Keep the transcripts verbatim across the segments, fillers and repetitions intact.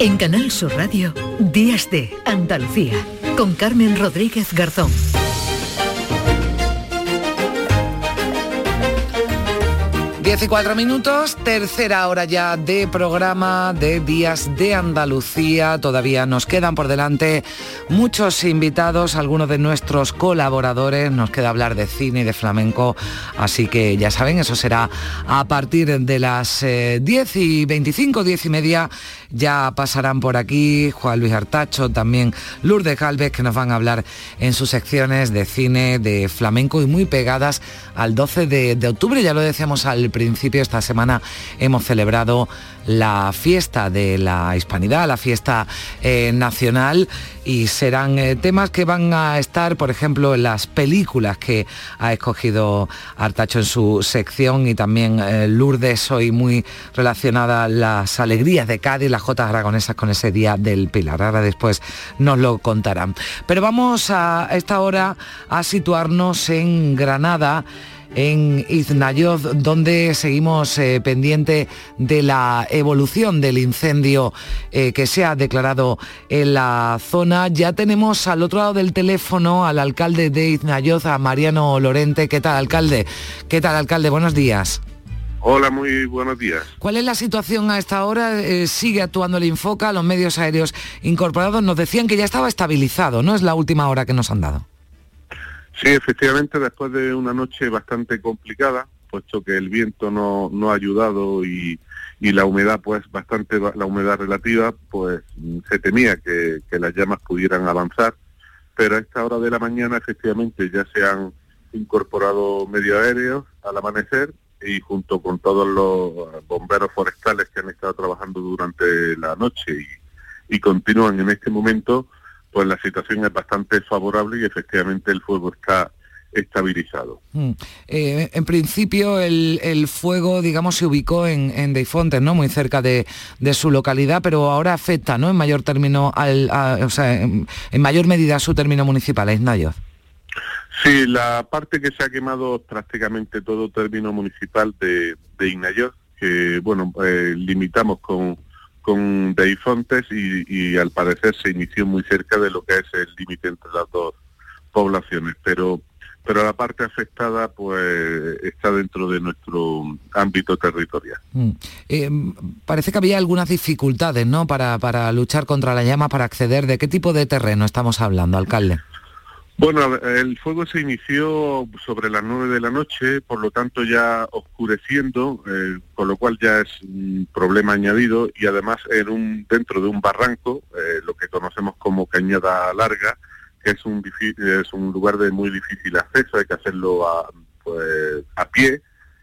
En Canal Sur Radio, Días de Andalucía, con Carmen Rodríguez Garzón. diez y cuatro minutos, tercera hora ya de programa de Días de Andalucía. Todavía nos quedan por delante muchos invitados, algunos de nuestros colaboradores. Nos queda hablar de cine y de flamenco, así que ya saben, eso será a partir de las eh, diez y veinticinco, diez y media. Ya pasarán por aquí Juan Luis Artacho, también Lourdes Gálvez, que nos van a hablar en sus secciones de cine, de flamenco y muy pegadas al doce de, de octubre. Ya lo decíamos al principio, esta semana hemos celebrado la fiesta de la Hispanidad, la fiesta eh, nacional, y serán eh, temas que van a estar, por ejemplo, en las películas que ha escogido Artacho en su sección, y también eh, Lourdes, hoy muy relacionada las alegrías de Cádiz, las jotas aragonesas con ese Día del Pilar. Ahora después nos lo contarán. Pero vamos a esta hora a situarnos en Granada, en Iznayoz, donde seguimos eh, pendiente de la evolución del incendio eh, que se ha declarado en la zona. Ya tenemos al otro lado del teléfono al alcalde de Iznayoz, a Mariano Lorente. ¿Qué tal, alcalde? ¿Qué tal, alcalde? Buenos días. Hola, muy buenos días. ¿Cuál es la situación a esta hora? Eh, ¿Sigue actuando el Infoca? Los medios aéreos incorporados nos decían que ya estaba estabilizado, ¿no? Es la última hora que nos han dado. Sí, efectivamente, después de una noche bastante complicada, puesto que el viento no, no ha ayudado y, y la humedad, pues bastante, la humedad relativa, pues se temía que, que las llamas pudieran avanzar, pero a esta hora de la mañana efectivamente ya se han incorporado medios aéreos al amanecer, y junto con todos los bomberos forestales que han estado trabajando durante la noche y, y continúan en este momento, pues la situación es bastante favorable y efectivamente el fuego está estabilizado. Mm. Eh, en principio el, el fuego, digamos, se ubicó en, en Deifontes, ¿no? Muy cerca de, de su localidad, pero ahora afecta, ¿no? En mayor término, al, a, o sea, en, en mayor medida a su término municipal, a Iznayoz. Sí, la parte que se ha quemado prácticamente todo término municipal de, de Iznayoz, que bueno, eh, limitamos con con Deifontes y, y al parecer se inició muy cerca de lo que es el límite entre las dos poblaciones, pero pero la parte afectada pues está dentro de nuestro ámbito territorial. Mm. Eh, parece que había algunas dificultades, ¿no?, para, para luchar contra la llama, para acceder. ¿De qué tipo de terreno estamos hablando, alcalde? Bueno, el fuego se inició sobre las nueve de la noche, por lo tanto ya oscureciendo, eh, con lo cual ya es un problema añadido, y además en un dentro de un barranco, eh, lo que conocemos como Cañada Larga, que es un es un lugar de muy difícil acceso, hay que hacerlo a, pues, a pie,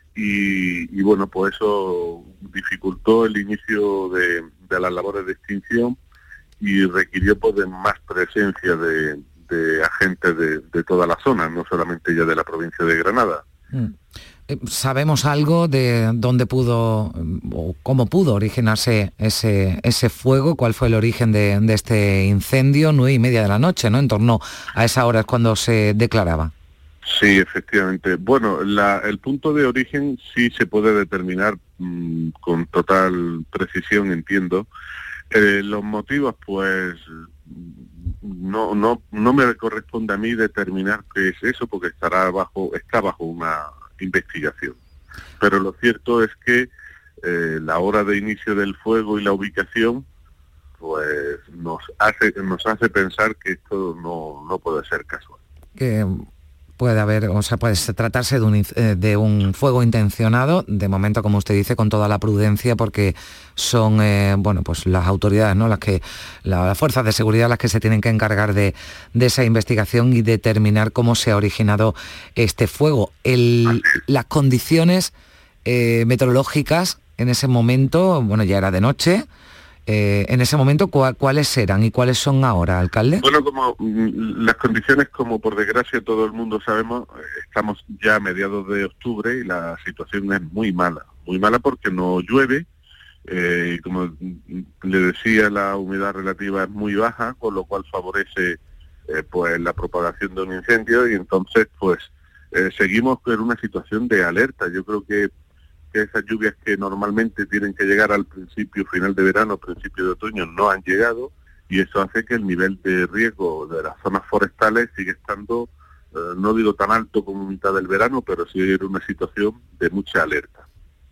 y, y bueno, pues eso dificultó el inicio de, de las labores de extinción y requirió pues de más presencia de de agentes de, de toda la zona, no solamente ya de la provincia de Granada. Mm. ¿Sabemos algo de dónde pudo o cómo pudo originarse ese ese fuego? ¿Cuál fue el origen de, de este incendio? Nueve y media de la noche, ¿no? En torno a esa hora es cuando se declaraba. Sí, efectivamente. Bueno, la, el punto de origen sí se puede determinar mmm, con total precisión, entiendo. Eh, los motivos, pues... No, no, no me corresponde a mí determinar qué es eso, porque estará bajo, está bajo una investigación. Pero lo cierto es que eh, la hora de inicio del fuego y la ubicación, pues nos hace, nos hace pensar que esto no, no puede ser casual. Que puede haber, o sea, puede tratarse de un, de un fuego intencionado, de momento, como usted dice, con toda la prudencia, porque son, eh, bueno, pues las autoridades, ¿no?, las que, la, las fuerzas de seguridad las que se tienen que encargar de, de esa investigación y determinar cómo se ha originado este fuego. El, las condiciones eh, meteorológicas en ese momento, bueno, ya era de noche. Eh, en ese momento, ¿cuáles eran y cuáles son ahora, alcalde? Bueno, como mm, las condiciones, como por desgracia todo el mundo sabemos, estamos ya a mediados de octubre y la situación es muy mala. Muy mala porque no llueve, eh, y como le decía, la humedad relativa es muy baja, con lo cual favorece eh, pues la propagación de un incendio, y entonces pues eh, seguimos en una situación de alerta. Yo creo que que esas lluvias que normalmente tienen que llegar al principio, final de verano, principio de otoño, no han llegado, y eso hace que el nivel de riesgo de las zonas forestales sigue estando, eh, no digo tan alto como mitad del verano, pero sí en una situación de mucha alerta.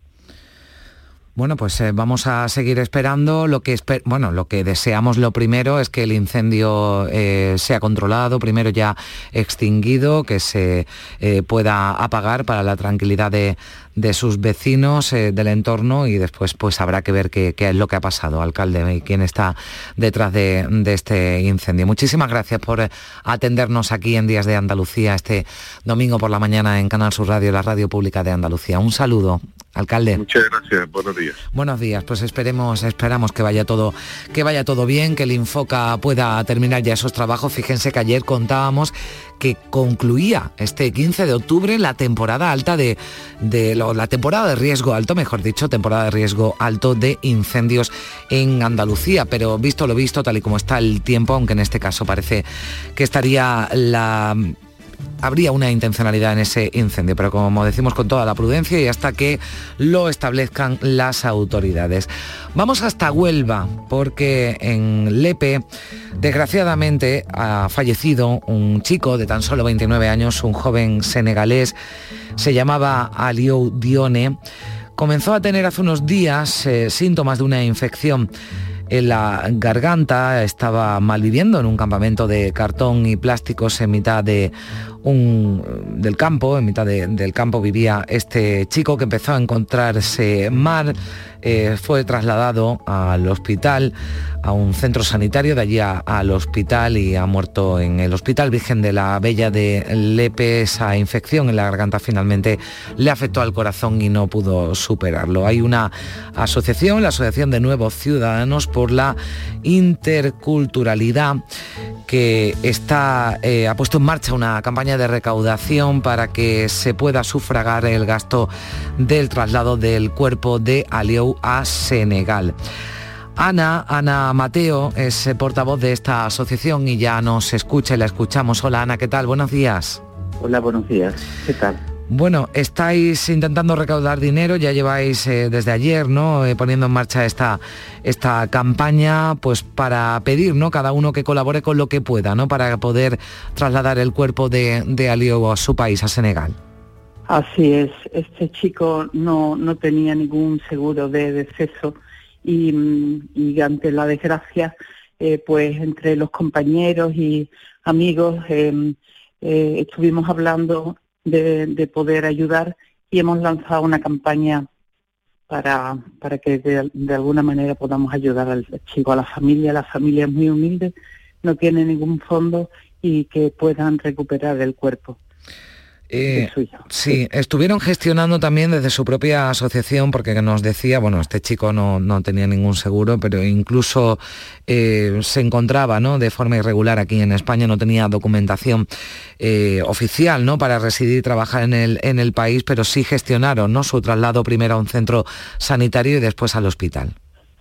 Bueno, pues eh, vamos a seguir esperando. Lo que esper- bueno, lo que deseamos lo primero es que el incendio eh, sea controlado, primero ya extinguido, que se eh, pueda apagar para la tranquilidad de, de sus vecinos, eh, del entorno, y después pues habrá que ver qué, qué es lo que ha pasado, alcalde, y quién está detrás de, de este incendio. Muchísimas gracias por eh, atendernos aquí en Días de Andalucía este domingo por la mañana en Canal Sur Radio, la radio pública de Andalucía. Un saludo, alcalde. Muchas gracias, buenos días. Buenos días, pues esperemos, esperamos que vaya todo, que vaya todo bien, que el Infoca pueda terminar ya esos trabajos. Fíjense que ayer contábamos que concluía este quince de octubre la temporada alta de, de lo, la temporada de riesgo alto, mejor dicho, temporada de riesgo alto de incendios en Andalucía. Pero visto lo visto, tal y como está el tiempo, aunque en este caso parece que estaría la... habría una intencionalidad en ese incendio, pero como decimos, con toda la prudencia y hasta que lo establezcan las autoridades. Vamos hasta Huelva, porque en Lepe, desgraciadamente, ha fallecido un chico de tan solo veintinueve años, un joven senegalés, se llamaba Aliou Dione. Comenzó a tener hace unos días eh, síntomas de una infección en la garganta, estaba malviviendo en un campamento de cartón y plásticos en mitad de un, del campo, en mitad de, del campo vivía este chico que empezó a encontrarse mal, eh, fue trasladado al hospital, a un centro sanitario, de allí a, al hospital, y ha muerto en el Hospital Virgen de la Bella de Lepe. Esa infección en la garganta finalmente le afectó al corazón y no pudo superarlo. Hay una asociación, la Asociación de Nuevos Ciudadanos por la Interculturalidad, que está, eh, ha puesto en marcha una campaña de recaudación para que se pueda sufragar el gasto del traslado del cuerpo de Aliou a Senegal. Ana, Ana Mateo es portavoz de esta asociación y ya nos escucha y la escuchamos. Hola Ana, ¿qué tal? Buenos días. Hola, buenos días. ¿Qué tal? Bueno, estáis intentando recaudar dinero, ya lleváis eh, desde ayer, ¿no?, eh, poniendo en marcha esta, esta campaña, pues para pedir, ¿no?, cada uno que colabore con lo que pueda, ¿no?, para poder trasladar el cuerpo de, de Aliou a su país, a Senegal. Así es, este chico no, no tenía ningún seguro de deceso y, y ante la desgracia, eh, pues entre los compañeros y amigos eh, eh, estuvimos hablando De, de poder ayudar y hemos lanzado una campaña para, para que de, de alguna manera podamos ayudar al chico, a la familia. La familia es muy humilde, no tiene ningún fondo y que puedan recuperar el cuerpo. Eh, sí, estuvieron gestionando también desde su propia asociación, porque nos decía, bueno, este chico no, no tenía ningún seguro, pero incluso eh, se encontraba, ¿no?, de forma irregular aquí en España, no tenía documentación eh, oficial, ¿no?, para residir y trabajar en el, en el país, pero sí gestionaron, ¿no?, su traslado primero a un centro sanitario y después al hospital.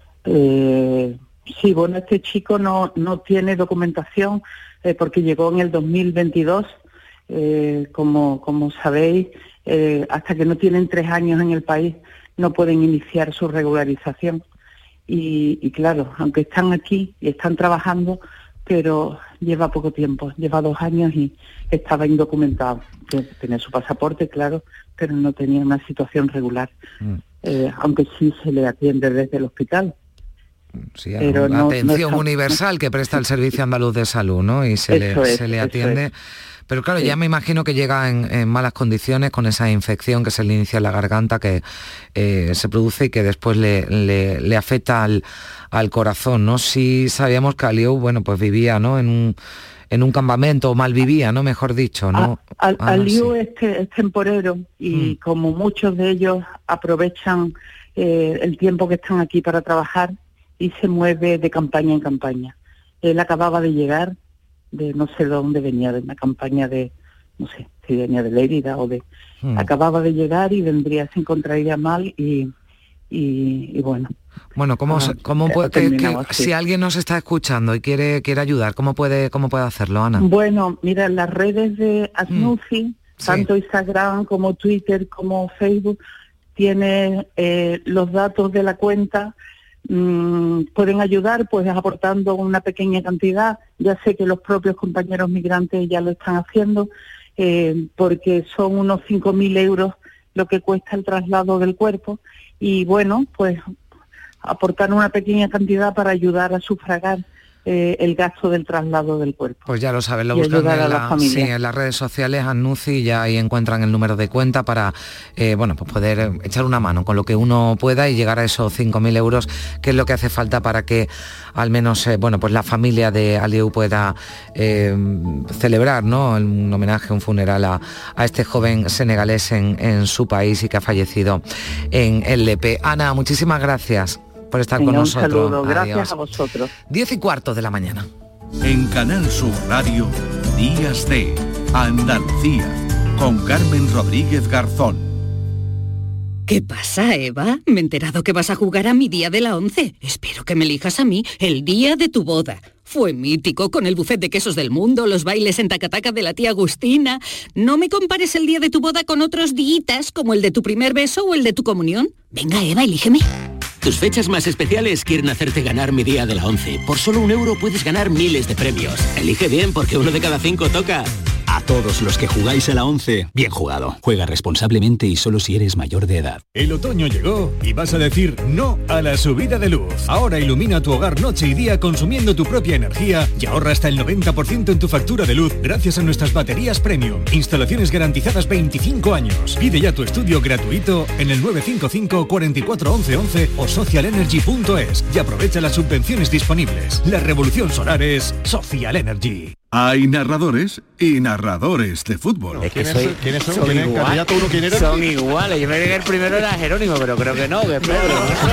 Eh, sí, bueno, este chico no, no tiene documentación eh, porque llegó en el dos mil veintidós. Eh, como, como sabéis, eh, hasta que no tienen tres años en el país no pueden iniciar su regularización. Y, y claro, aunque están aquí y están trabajando, pero lleva poco tiempo, lleva dos años y estaba indocumentado. Tenía su pasaporte, claro, pero no tenía una situación regular, mm. eh, aunque sí se le atiende desde el hospital. Sí, pero una no, atención no está, universal no, que presta el Servicio Andaluz de Salud, ¿no? Y se, le, es, se le atiende... Es. Pero claro, sí. Ya me imagino que llega en, en malas condiciones con esa infección que se le inicia en la garganta, que eh, se produce y que después le, le, le afecta al, al corazón, ¿no? Sí sabíamos que Aliou, bueno, pues vivía, ¿no?, en un, en un campamento, o mal vivía, ¿no?, mejor dicho, ¿no? A, a, ah, Aliou sí. es, es temporero y mm. como muchos de ellos aprovechan eh, el tiempo que están aquí para trabajar y se mueve de campaña en campaña. Él acababa de llegar de no sé de dónde venía, de una campaña de, no sé, si venía de Lérida o de... Hmm. Acababa de llegar y vendría, se encontraría mal y, y, y bueno. Bueno, ¿cómo, ah, cómo puede, que, que, si alguien nos está escuchando y quiere quiere ayudar, ¿cómo puede cómo puede hacerlo, Ana? Bueno, mira, en las redes de ACNUFI, hmm. tanto sí. Instagram como Twitter como Facebook, tiene eh, los datos de la cuenta, mmm, pueden ayudar pues aportando una pequeña cantidad. Ya sé que los propios compañeros migrantes ya lo están haciendo, eh, porque son unos cinco mil euros lo que cuesta el traslado del cuerpo, y bueno, pues aportar una pequeña cantidad para ayudar a sufragar eh, el gasto del traslado del cuerpo. Pues ya lo saben, lo buscan en, la, sí, en las redes sociales, Anunci, y ya ahí encuentran el número de cuenta para eh, bueno, pues poder echar una mano con lo que uno pueda y llegar a esos cinco mil euros, que es lo que hace falta para que al menos eh, bueno, pues la familia de Aliou pueda eh, celebrar, ¿no?, un homenaje, un funeral a, a este joven senegalés en, en su país y que ha fallecido en el Lepe. Ana, muchísimas gracias por estar Venga, con un nosotros. saludo. Adiós. Gracias a vosotros. Diez y cuarto de la mañana. En Canal Sur Radio, Días de Andalucía, con Carmen Rodríguez Garzón. ¿Qué pasa, Eva? Me he enterado que vas a jugar a mi día de la once. Espero que me elijas a mí el día de tu boda. Fue mítico, con el buffet de quesos del mundo, los bailes en tacataca de la tía Agustina. No me compares el día de tu boda con otros días, como el de tu primer beso o el de tu comunión. Venga, Eva, elígeme. Tus fechas más especiales quieren hacerte ganar mi día de la once. Por solo un euro puedes ganar miles de premios. Elige bien, porque uno de cada cinco toca. A todos los que jugáis a la once, bien jugado. Juega responsablemente y solo si eres mayor de edad. El otoño llegó y vas a decir no a la subida de luz. Ahora ilumina tu hogar noche y día consumiendo tu propia energía y ahorra hasta el noventa por ciento en tu factura de luz gracias a nuestras baterías premium. Instalaciones garantizadas veinticinco años. Pide ya tu estudio gratuito en el nueve cinco cinco, cuatro cuatro, once once o social energy punto es y aprovecha las subvenciones disponibles. La revolución solar es Social Energy. Hay narradores y narradores de fútbol. Es que soy, ¿Quiénes son? Son ¿Quién igual, candidato uno, ¿quién era? Son iguales. Yo me creía que el primero era Jerónimo, pero creo que no, que es Pedro.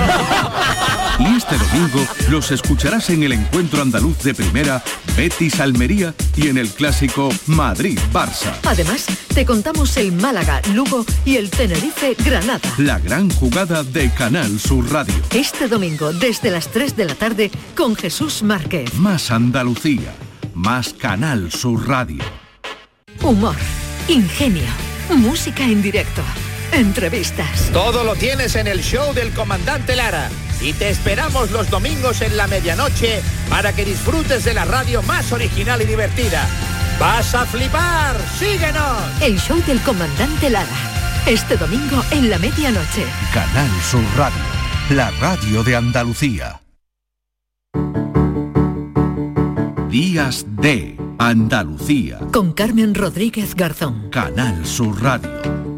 Y este domingo los escucharás en el encuentro andaluz de primera, Betis-Almería, y en el clásico Madrid-Barça. Además, te contamos el Málaga-Lugo y el Tenerife-Granada. La gran jugada de Canal Sur Radio. Este domingo, desde las tres de la tarde, con Jesús Márquez. Más Andalucía. Más Canal Sur Radio. Humor, ingenio, música en directo, entrevistas. Todo lo tienes en el show del Comandante Lara. Y te esperamos los domingos en la medianoche para que disfrutes de la radio más original y divertida. ¡Vas a flipar! ¡Síguenos! El show del Comandante Lara. Este domingo en la medianoche. Canal Sur Radio. La radio de Andalucía. Días de Andalucía. Con Carmen Rodríguez Garzón. Canal Sur Radio.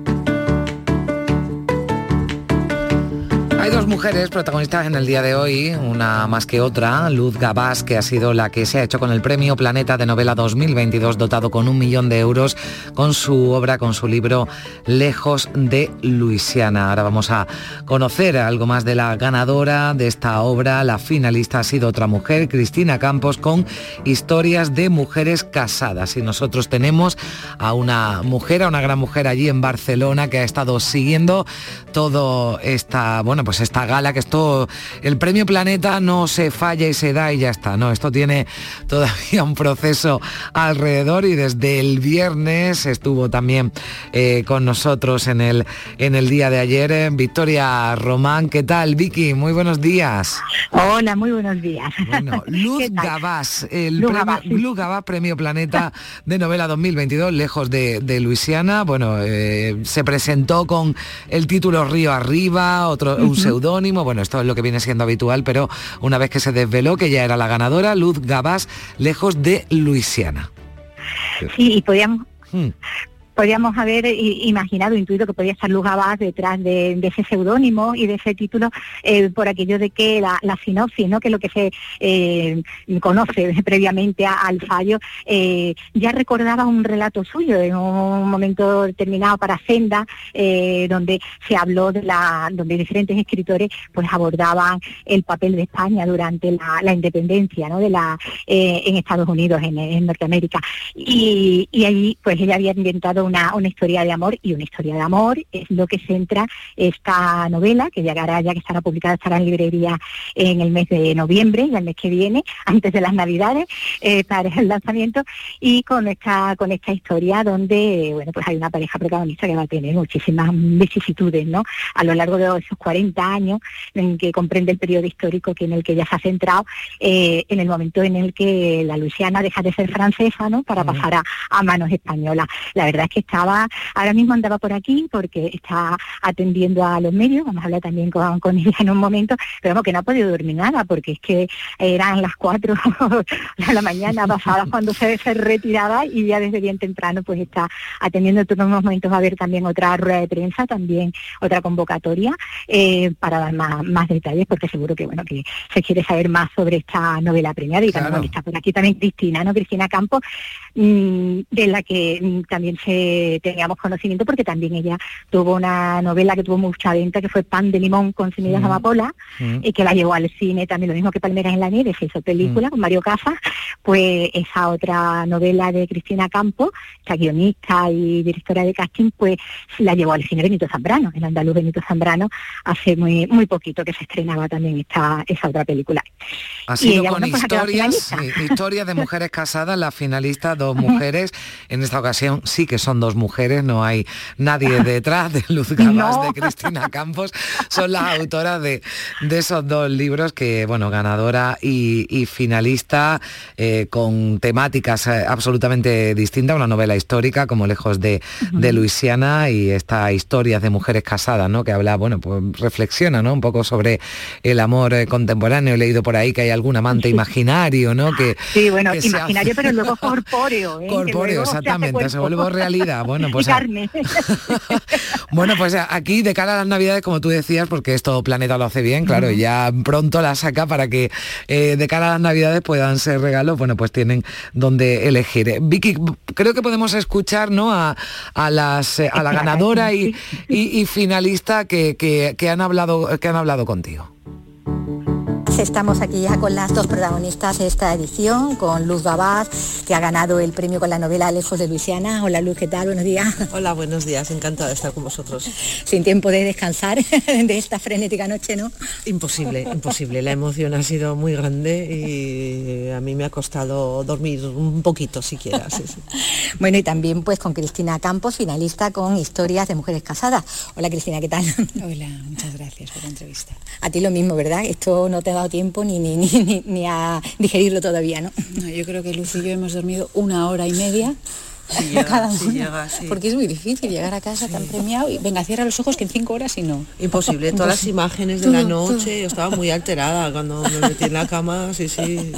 Hay dos mujeres protagonistas en el día de hoy, una más que otra, Luz Gabás, que ha sido la que se ha hecho con el Premio Planeta de Novela dos mil veintidós, dotado con un millón de euros, con su obra, con su libro Lejos de Luisiana. Ahora vamos a conocer algo más de la ganadora de esta obra. La finalista ha sido otra mujer, Cristina Campos, con Historias de mujeres casadas. Y nosotros tenemos a una mujer, a una gran mujer allí en Barcelona, que ha estado siguiendo todo esta, bueno, pues esta gala, que esto, el Premio Planeta no se falla y se da y ya está, no, esto tiene todavía un proceso alrededor, y desde el viernes estuvo también eh, con nosotros en el, en el día de ayer eh, Victoria Román. ¿Qué tal, Vicky? Muy buenos días. Hola, muy buenos días. Bueno, Luz Gabás, el Luz premio, Gabás, sí. Luz Gabás, Premio Planeta de Novela dos mil veintidós, Lejos de, de Luisiana. Bueno, eh, se presentó con el título Río Arriba, otro uh-huh. un seudónimo. Bueno, esto es lo que viene siendo habitual, pero una vez que se desveló que ya era la ganadora, Luz Gabás, Lejos de Luisiana. Sí, y podíamos... Hmm. podíamos haber imaginado, intuido que podía estar Luz Gabás detrás de, de ese seudónimo y de ese título, eh, por aquello de que la, la sinopsis, ¿no?, que es lo que se eh, conoce previamente a, al fallo, eh, ya recordaba un relato suyo en un momento determinado para Senda, eh, donde se habló de la, donde diferentes escritores pues abordaban el papel de España durante la, la independencia, ¿no?, de la eh, en Estados Unidos, en, en Norteamérica, y, y ahí pues ella había inventado una, una historia de amor, y una historia de amor es lo que centra esta novela, que llegará, ya que estará publicada, estará en librería en el mes de noviembre, ya el mes que viene, antes de las Navidades, eh, para el lanzamiento, y con esta, con esta historia donde, bueno, pues hay una pareja protagonista que va a tener muchísimas vicisitudes, ¿no?, a lo largo de esos cuarenta años en que comprende el periodo histórico que en el que ella se ha centrado, eh, en el momento en el que la Luisiana deja de ser francesa, ¿no?, para pasar a, a manos españolas. La verdad es que estaba, ahora mismo andaba por aquí porque está atendiendo a los medios, vamos a hablar también con, con ella en un momento, pero vamos, que no ha podido dormir nada, porque es que eran las cuatro de la mañana pasadas cuando se, se retiraba, y ya desde bien temprano pues está atendiendo. En unos momentos va a haber también otra rueda de prensa, también otra convocatoria, eh, para dar más, más detalles, porque seguro que bueno que se quiere saber más sobre esta novela premiada. Y también, claro, está por aquí también Cristina, ¿no? Cristina Campos, mmm, de la que mmm, también se teníamos conocimiento, porque también ella tuvo una novela que tuvo mucha venta, que fue Pan de Limón con semillas mm. de amapola, mm. y que la llevó al cine también, lo mismo que Palmeras en la nieve, se hizo película mm. con Mario Casas. Pues esa otra novela de Cristina Campos, esta guionista y directora de casting, pues la llevó al cine Benito Zambrano, el andaluz Benito Zambrano, hace muy muy poquito que se estrenaba también esta esa otra película. Ha sido ella, con bueno, pues, historias, sí, historias de mujeres casadas, la finalista, dos mujeres. En esta ocasión sí que son dos mujeres, no hay nadie detrás de Luz Gabás, no. de Cristina Campos. Son las autoras de, de esos dos libros que, bueno, ganadora y, y finalista, eh, con temáticas eh, absolutamente distintas. Una novela histórica como Lejos de, uh-huh. de Luisiana, y esta historias de mujeres casadas, ¿no?, que habla, bueno, pues reflexiona, ¿no?, un poco sobre el amor eh, contemporáneo. He leído por ahí que hay algún amante sí. imaginario, ¿no? Que, sí, bueno, que imaginario, pero luego corpóreo. ¿eh? Corpóreo, exactamente, se, se vuelve realidad. Bueno, pues, a... bueno, pues aquí de cara a las Navidades, como tú decías, porque esto Planeta lo hace bien, claro, uh-huh. y ya pronto la saca para que eh, de cara a las Navidades puedan ser regalos, bueno, pues tienen donde elegir. Vicky, creo que podemos escuchar, ¿no?, a, a las a la ganadora y, y, y finalista que, que, que han hablado que han hablado contigo. Estamos aquí ya con las dos protagonistas de esta edición, con Luz Gabás, que ha ganado el premio con la novela Lejos de Luisiana. Hola Luz, ¿qué tal? Buenos días. Hola, buenos días, encantada de estar con vosotros. Sin tiempo de descansar de esta frenética noche, ¿no? Imposible, imposible. La emoción ha sido muy grande y a mí me ha costado dormir un poquito siquiera. Sí, sí. Bueno, y también pues con Cristina Campos, finalista con Historias de Mujeres Casadas. Hola Cristina, ¿qué tal? Hola, muchas gracias por la entrevista. A ti lo mismo, ¿verdad? Esto no te ha dado tiempo ni, ni, ni, ni a digerirlo todavía, ¿no? No, yo creo que Luz y yo hemos dormido una hora y media. Sí, llega, cada sí, llega, sí. Porque es muy difícil llegar a casa sí. tan premiado y venga, cierra los ojos que en cinco horas y no. Imposible, todas las imágenes de la noche, yo estaba muy alterada cuando me metí en la cama, sí, sí.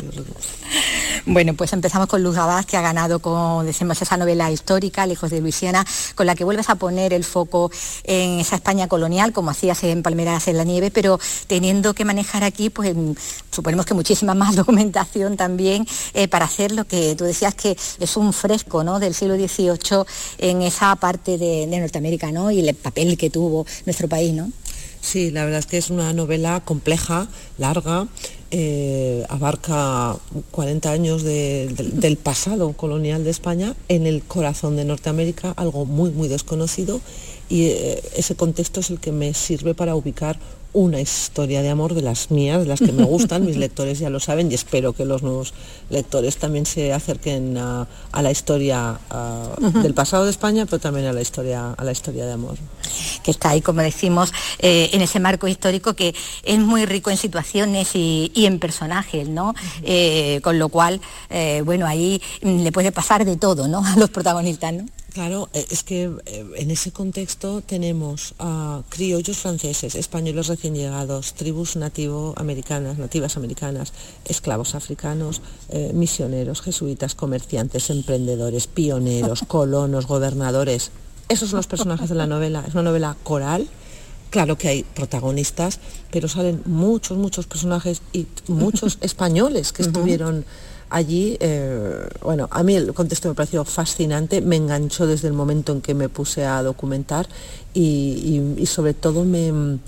Bueno, pues empezamos con Luz Gabás, que ha ganado, con, decimos, esa novela histórica, Lejos de Luisiana, con la que vuelves a poner el foco en esa España colonial, como hacías en Palmeras en la nieve, pero teniendo que manejar aquí, pues suponemos que muchísima más documentación también eh, para hacer lo que tú decías, que es un fresco, ¿no?, del siglo dieciocho en esa parte de, de Norteamérica, ¿no?, y el papel que tuvo nuestro país, ¿no? Sí, la verdad es que es una novela compleja, larga, eh, abarca cuarenta años de, de, del pasado colonial de España en el corazón de Norteamérica, algo muy, muy desconocido, y eh, ese contexto es el que me sirve para ubicar una historia de amor de las mías, de las que me gustan, mis lectores ya lo saben, y espero que los nuevos lectores también se acerquen a, a la historia a, uh-huh. del pasado de España, pero también a la historia, a la historia de amor. Que está ahí, como decimos, eh, en ese marco histórico que es muy rico en situaciones y, y en personajes, ¿no? Uh-huh. Eh, con lo cual, eh, bueno, ahí le puede pasar de todo, ¿no?, a los protagonistas, ¿no? Claro, es que en ese contexto tenemos a criollos franceses, españoles recién llegados, tribus nativo americanas, nativas americanas, esclavos africanos, eh, misioneros, jesuitas, comerciantes, emprendedores, pioneros, colonos, gobernadores. Esos son los personajes de la novela. Es una novela coral. Claro que hay protagonistas, pero salen muchos, muchos personajes y muchos españoles que estuvieron allí. Eh, bueno, a mí el contexto me pareció fascinante, me enganchó desde el momento en que me puse a documentar y, y, y sobre todo me,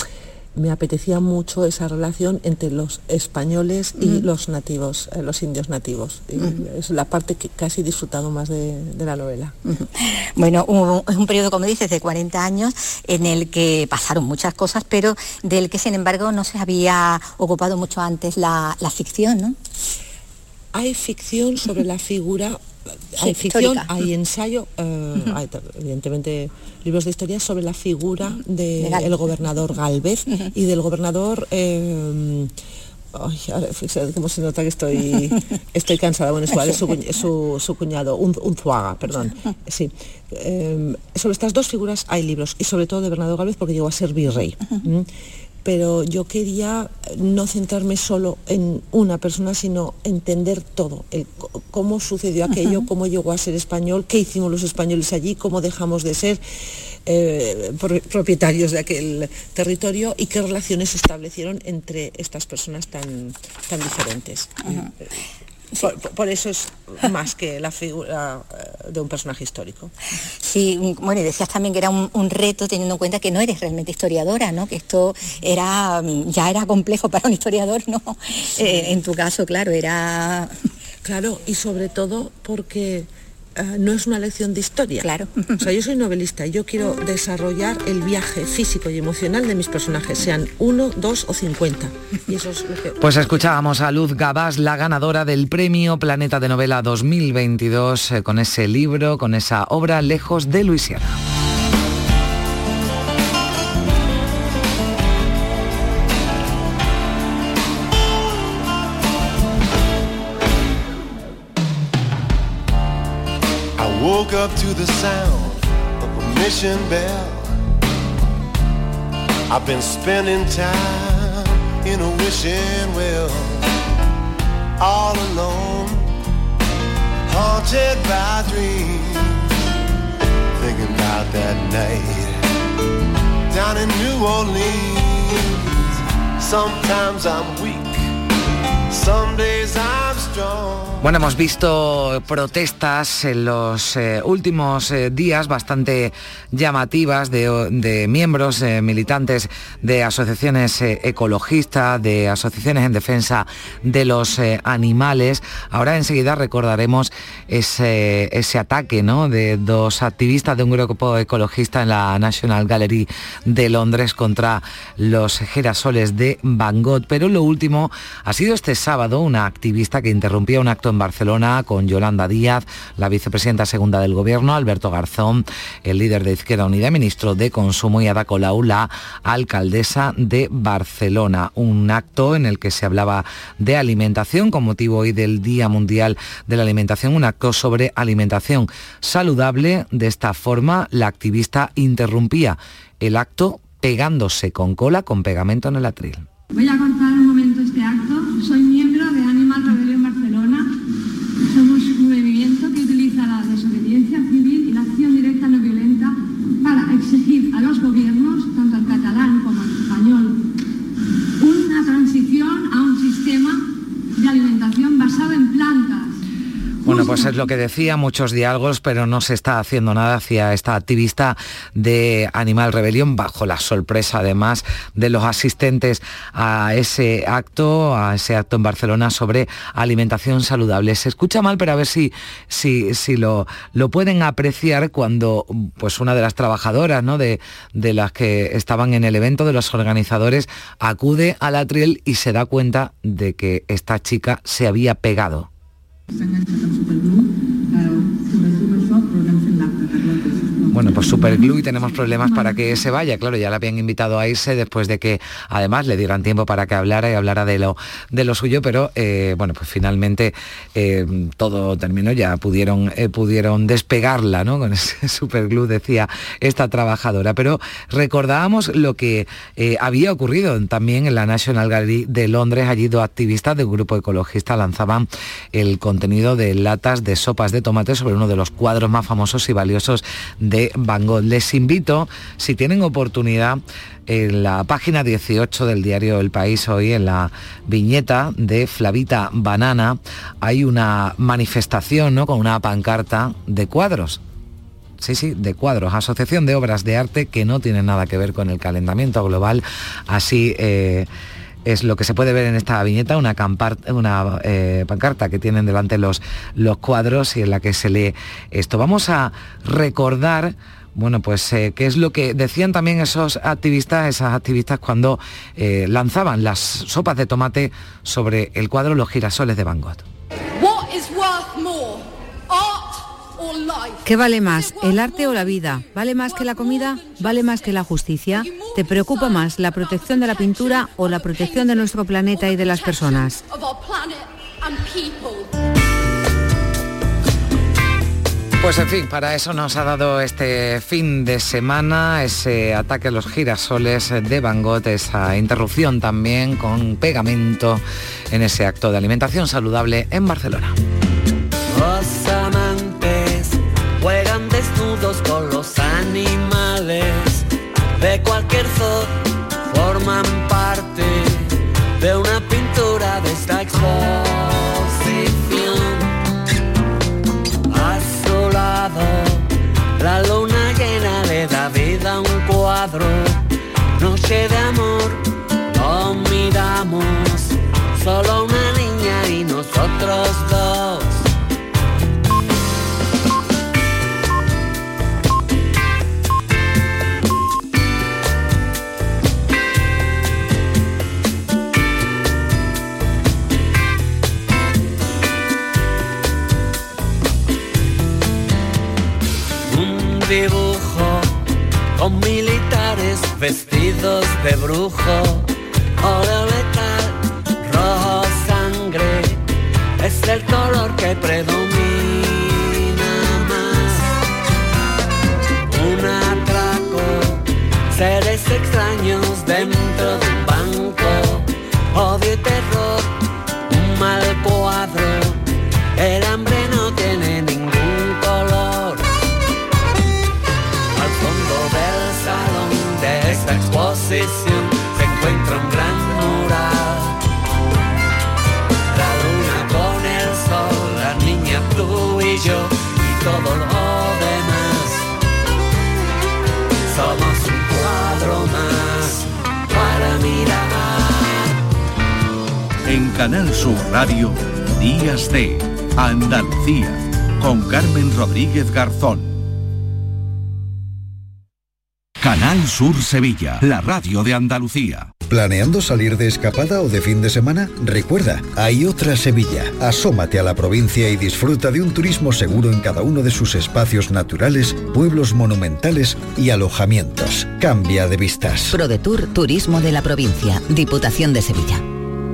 me apetecía mucho esa relación entre los españoles y Mm. los nativos, eh, los indios nativos. Y Mm. es la parte que casi he disfrutado más de, de la novela. Bueno, un, es un periodo, como dices, de cuarenta años en el que pasaron muchas cosas, pero del que, sin embargo, no se había ocupado mucho antes la, la ficción, ¿no? Hay ficción sobre la figura, Sí, hay ficción, histórica. hay ensayo, eh, hay t- evidentemente libros de historia sobre la figura De del Gálvez. gobernador Gálvez y del gobernador... eh, ay, ahora, fíjate cómo se nota que estoy estoy cansada. Bueno, es igual, es su, cuñ- su, su cuñado, un, Unzuaga, perdón. Sí. Eh, sobre estas dos figuras hay libros, y sobre todo de Bernardo Gálvez, porque llegó a ser virrey. ¿Mm? Pero yo quería no centrarme solo en una persona, sino entender todo, el, c- cómo sucedió aquello, Ujú. cómo llegó a ser español, qué hicimos los españoles allí, cómo dejamos de ser eh, pro- propietarios de aquel territorio y qué relaciones se establecieron entre estas personas tan, tan diferentes. Por, por eso es más que la figura eh, de un personaje histórico. Sí, bueno, y decías también que era un, un reto, teniendo en cuenta que no eres realmente historiadora, ¿no? Que esto era ya era complejo para un historiador, ¿no? Eh, en tu caso, claro, era... Claro, y sobre todo porque uh, no es una lección de historia. Claro. O sea, yo soy novelista y yo quiero desarrollar el viaje físico y emocional de mis personajes, sean uno, dos o cincuenta. Y eso es lo que... Pues escuchábamos a Luz Gabás, la ganadora del premio Planeta de Novela dos mil veintidós, eh, con ese libro, con esa obra Lejos de Luisiana. I woke up to the sound of a mission bell. I've been spending time in a wishing well, all alone, haunted by dreams, thinking about that night down in New Orleans. Sometimes I'm weak, some days I'm strong. Bueno, hemos visto protestas en los eh, últimos eh, días bastante llamativas de, de miembros eh, militantes de asociaciones eh, ecologistas, de asociaciones en defensa de los eh, animales. Ahora enseguida recordaremos ese, ese ataque, ¿no?, de dos activistas de un grupo ecologista en la National Gallery de Londres contra los girasoles de Van Gogh. Pero lo último ha sido este sábado una activista que interrumpía un acto en Barcelona con Yolanda Díaz, la vicepresidenta segunda del Gobierno, Alberto Garzón, el líder de Izquierda Unida, ministro de Consumo, y Ada Colau, la alcaldesa de Barcelona. Un acto en el que se hablaba de alimentación con motivo hoy del Día Mundial de la Alimentación, un acto sobre alimentación saludable. De esta forma, la activista interrumpía el acto pegándose con cola con pegamento en el atril. Voy a cortar un momento este acto. Soy miembro de Animal Rebellion Barcelona. Somos un movimiento que utiliza la desobediencia civil y la acción directa no violenta para exigir a los gobiernos, tanto al catalán como al español, una transición a un sistema de alimentación basado en plantas. Bueno, pues es lo que decía, muchos diálogos, pero no se está haciendo nada hacia esta activista de Animal Rebellion, bajo la sorpresa además de los asistentes a ese acto, a ese acto en Barcelona sobre alimentación saludable. Se escucha mal, pero a ver si, si, si lo, lo pueden apreciar cuando pues una de las trabajadoras, ¿no?, de, de las que estaban en el evento, de los organizadores, acude al atril y se da cuenta de que esta chica se había pegado. S'ha enganxat amb superglue, eh, corregim això, però anem fent l'acte, que Bueno, pues superglue y tenemos problemas para que se vaya. Claro, ya la habían invitado a irse después de que además le dieran tiempo para que hablara y hablara de lo, de lo suyo, pero eh, bueno, pues finalmente eh, todo terminó, ya pudieron, eh, pudieron despegarla, ¿no?, con ese superglue, decía esta trabajadora. Pero recordábamos lo que eh, había ocurrido también en la National Gallery de Londres. Allí dos activistas de un grupo ecologista lanzaban el contenido de latas de sopas de tomate sobre uno de los cuadros más famosos y valiosos de Van Gogh. Les invito, si tienen oportunidad, en la página dieciocho del diario El País hoy, en la viñeta de Flavita Banana, hay una manifestación, ¿no?, con una pancarta de cuadros sí, sí, de cuadros, asociación de obras de arte que no tiene nada que ver con el calentamiento global, así eh, es lo que se puede ver en esta viñeta, una, campar, una eh, pancarta que tienen delante los, los cuadros y en la que se lee esto. Vamos a recordar, bueno, pues eh, qué es lo que decían también esos activistas, esas activistas cuando eh, lanzaban las sopas de tomate sobre el cuadro Los girasoles de Van Gogh. ¿Qué vale más, el arte o la vida? ¿Vale más que la comida? ¿Vale más que la justicia? ¿Te preocupa más la protección de la pintura o la protección de nuestro planeta y de las personas? Pues en fin, para eso nos ha dado este fin de semana ese ataque a los girasoles de Van Gogh, esa interrupción también con pegamento en ese acto de alimentación saludable en Barcelona. Los amantes juegan desnudos con los animales de cualquier zoo, forman parte de una pintura de esta exposición. A su lado, la luna llena le da vida a un cuadro. Noche de amor, lo miramos, solo una niña y nosotros dos. Dibujo con militares vestidos de brujo, óleo letal, rojo sangre, es el color que predomina más. Un atraco, seres extraños dentro de un banco, odio y terror, un mal cuadro, el hambre no tiene ningún color. De esta exposición se encuentra un gran mural. La luna con el sol, la niña, tú y yo y todo lo demás. Somos un cuadro más para mirar. En Canal Sur Radio, Días de Andalucía, con Carmen Rodríguez Garzón. Canal Sur Sevilla, la radio de Andalucía. ¿Planeando salir de escapada o de fin de semana? Recuerda, hay otra Sevilla. Asómate a la provincia y disfruta de un turismo seguro en cada uno de sus espacios naturales, pueblos monumentales y alojamientos. Cambia de vistas. ProDetour Turismo de la Provincia, Diputación de Sevilla.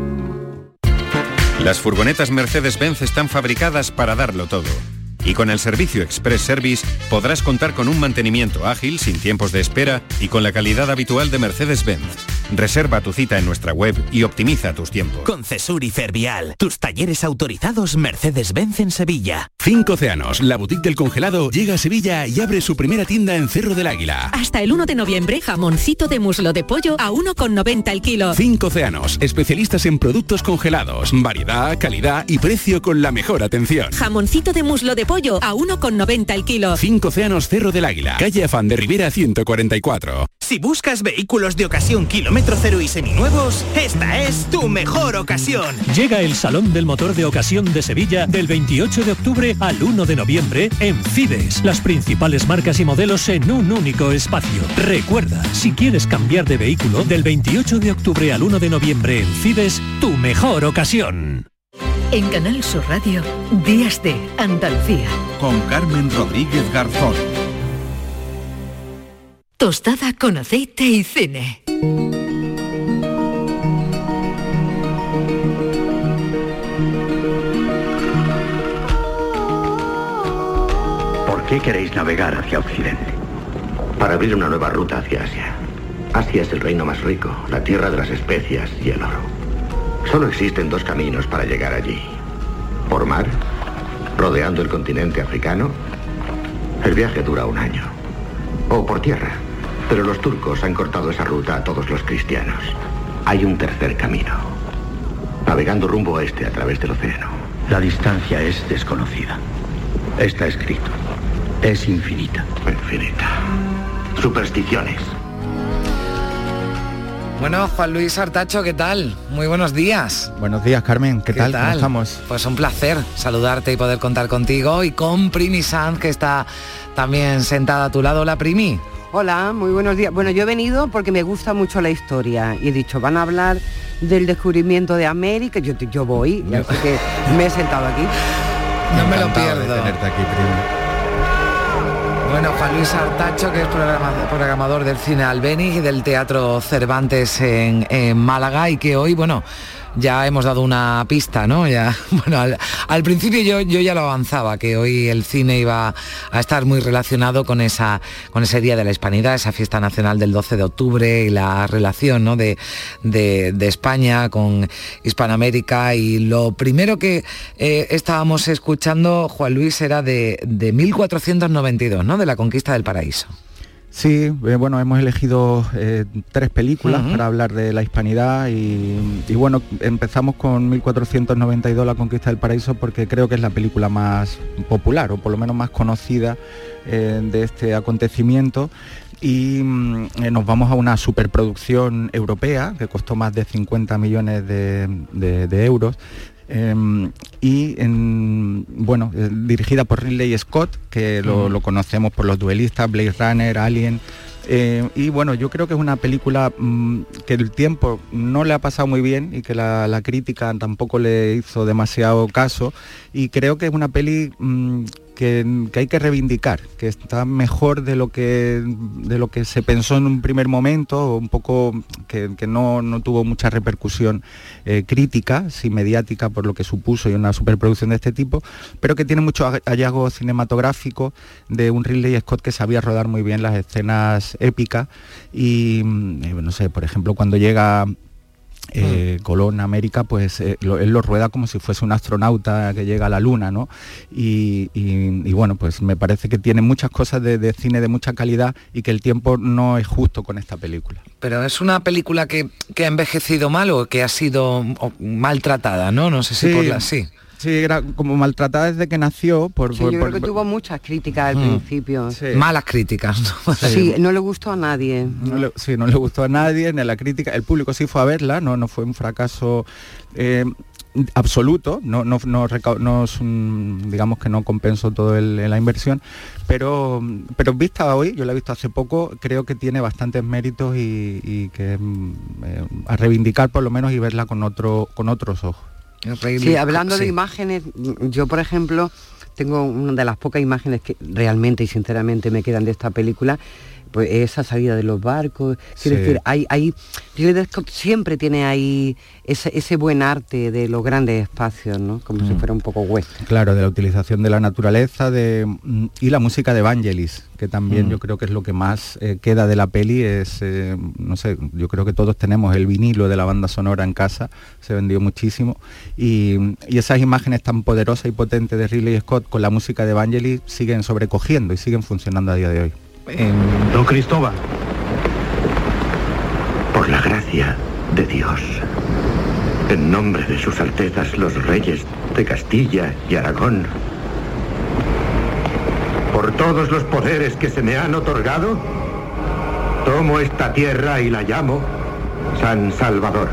Las furgonetas Mercedes-Benz están fabricadas para darlo todo. Y con el servicio Express Service podrás contar con un mantenimiento ágil, sin tiempos de espera y con la calidad habitual de Mercedes-Benz. Reserva tu cita en nuestra web y optimiza tus tiempos. Con Cesur y Fervial, tus talleres autorizados Mercedes-Benz en Sevilla. Cinco Océanos, la boutique del congelado, llega a Sevilla y abre su primera tienda en Cerro del Águila. Hasta el uno de noviembre, jamoncito de muslo de pollo a uno con noventa el kilo. Cinco Océanos, especialistas en productos congelados, variedad, calidad y precio con la mejor atención. Jamoncito de muslo de pollo a uno con noventa el kilo. Cinco Océanos, Cerro del Águila, calle Afán de Rivera ciento cuarenta y cuatro. Si buscas vehículos de ocasión kilómetro cero y seminuevos, esta es tu mejor ocasión. Llega el Salón del Motor de Ocasión de Sevilla del veintiocho de octubre al uno de noviembre en Fides. Las principales marcas y modelos en un único espacio. Recuerda, si quieres cambiar de vehículo, del veintiocho de octubre al uno de noviembre en Fides, tu mejor ocasión. En Canal Sur Radio, Días de Andalucía. Con Carmen Rodríguez Garzón. Tostada con aceite y cine. ¿Por qué queréis navegar hacia Occidente? Para abrir una nueva ruta hacia Asia. Asia es el reino más rico, la tierra de las especias y el oro. Solo existen dos caminos para llegar allí. Por mar, rodeando el continente africano. El viaje dura un año. O por tierra. Pero los turcos han cortado esa ruta a todos los cristianos. Hay un tercer camino. Navegando rumbo oeste a través del océano. La distancia es desconocida. Está escrito. Es infinita. Infinita. Supersticiones. Bueno, Juan Luis Artacho, ¿qué tal? Muy buenos días. Buenos días, Carmen. ¿Qué, ¿Qué tal? tal? ¿Cómo estamos? Pues un placer saludarte y poder contar contigo y con Primi Sanz, que está también sentada a tu lado. Hola, Primi. Hola, muy buenos días. Bueno, yo he venido porque me gusta mucho la historia y he dicho, van a hablar del descubrimiento de América. Yo, yo voy, y así que me he sentado aquí. No me lo pierdo. De tenerte aquí, Primi. Bueno, Juan Luis Artacho, que es programa, programador del Cine Albéniz y del Teatro Cervantes en, en Málaga, y que hoy, bueno, ya hemos dado una pista, ¿no? Ya, bueno, al, al principio yo, yo ya lo avanzaba, que hoy el cine iba a estar muy relacionado con esa, con ese Día de la Hispanidad, esa fiesta nacional del doce de octubre y la relación, ¿no?, de, de, de España con Hispanoamérica. Y lo primero que eh, estábamos escuchando, Juan Luis, era de, de mil cuatrocientos noventa y dos, ¿no?, de la conquista del paraíso. Sí, eh, bueno, hemos elegido eh, tres películas uh-huh. para hablar de la hispanidad y, y bueno, empezamos con mil cuatrocientos noventa y dos, La Conquista del Paraíso, porque creo que es la película más popular, o por lo menos más conocida eh, de este acontecimiento. Y eh, nos vamos a una superproducción europea que costó más de cincuenta millones de, de, de euros. Eh, y en, bueno, eh, dirigida por Ridley Scott, que lo, lo conocemos por Los Duelistas, Blade Runner, Alien. Eh, y bueno, yo creo que es una película mmm, que el tiempo no le ha pasado muy bien y que la, la crítica tampoco le hizo demasiado caso, y creo que es una peli mmm, que, que hay que reivindicar, que está mejor de lo que, de lo que se pensó en un primer momento, un poco que, que no, no tuvo mucha repercusión eh, crítica, sí mediática, por lo que supuso y una superproducción de este tipo, pero que tiene mucho hallazgo cinematográfico de un Ridley Scott que sabía rodar muy bien las escenas épicas. Y no sé, por ejemplo, cuando llega eh, Colón a América, pues eh, lo, él lo rueda como si fuese un astronauta que llega a la luna, ¿no? Y, y, y bueno, pues me parece que tiene muchas cosas de, de cine de mucha calidad y que el tiempo no es justo con esta película. Pero es una película que, que ha envejecido mal o que ha sido maltratada, ¿no? No sé si sí. por la... Sí. Sí, era como maltratada desde que nació. Por, sí, por, yo por, creo que tuvo muchas críticas al mm. principio. Sí. Malas críticas, ¿no? Sí, no le gustó a nadie. No le, sí, no le gustó a nadie, ni a la crítica. El público sí fue a verla, no, no fue un fracaso eh, absoluto, no, no, no, no es un, digamos que no compensó todo el, la inversión, pero, pero vista hoy, yo la he visto hace poco, creo que tiene bastantes méritos y, y que eh, a reivindicar por lo menos y verla con, otro, con otros ojos. Sí, hablando sí. de imágenes, yo por ejemplo tengo una de las pocas imágenes que realmente y sinceramente me quedan de esta película, pues esa salida de los barcos. Quiero sí. decir, hay, hay siempre tiene ahí ese, ese buen arte de los grandes espacios, ¿no? Como mm. si fuera un poco western. Claro, de la utilización de la naturaleza de, y la música de Vangelis, que también mm. yo creo que es lo que más eh, queda de la peli, es, eh, no sé, yo creo que todos tenemos el vinilo de la banda sonora en casa, se vendió muchísimo, y, y esas imágenes tan poderosas y potentes de Ridley Scott con la música de Vangelis siguen sobrecogiendo y siguen funcionando a día de hoy. Don Cristóbal. Por la gracia de Dios, en nombre de sus altezas los reyes de Castilla y Aragón, por todos los poderes que se me han otorgado, tomo esta tierra y la llamo San Salvador.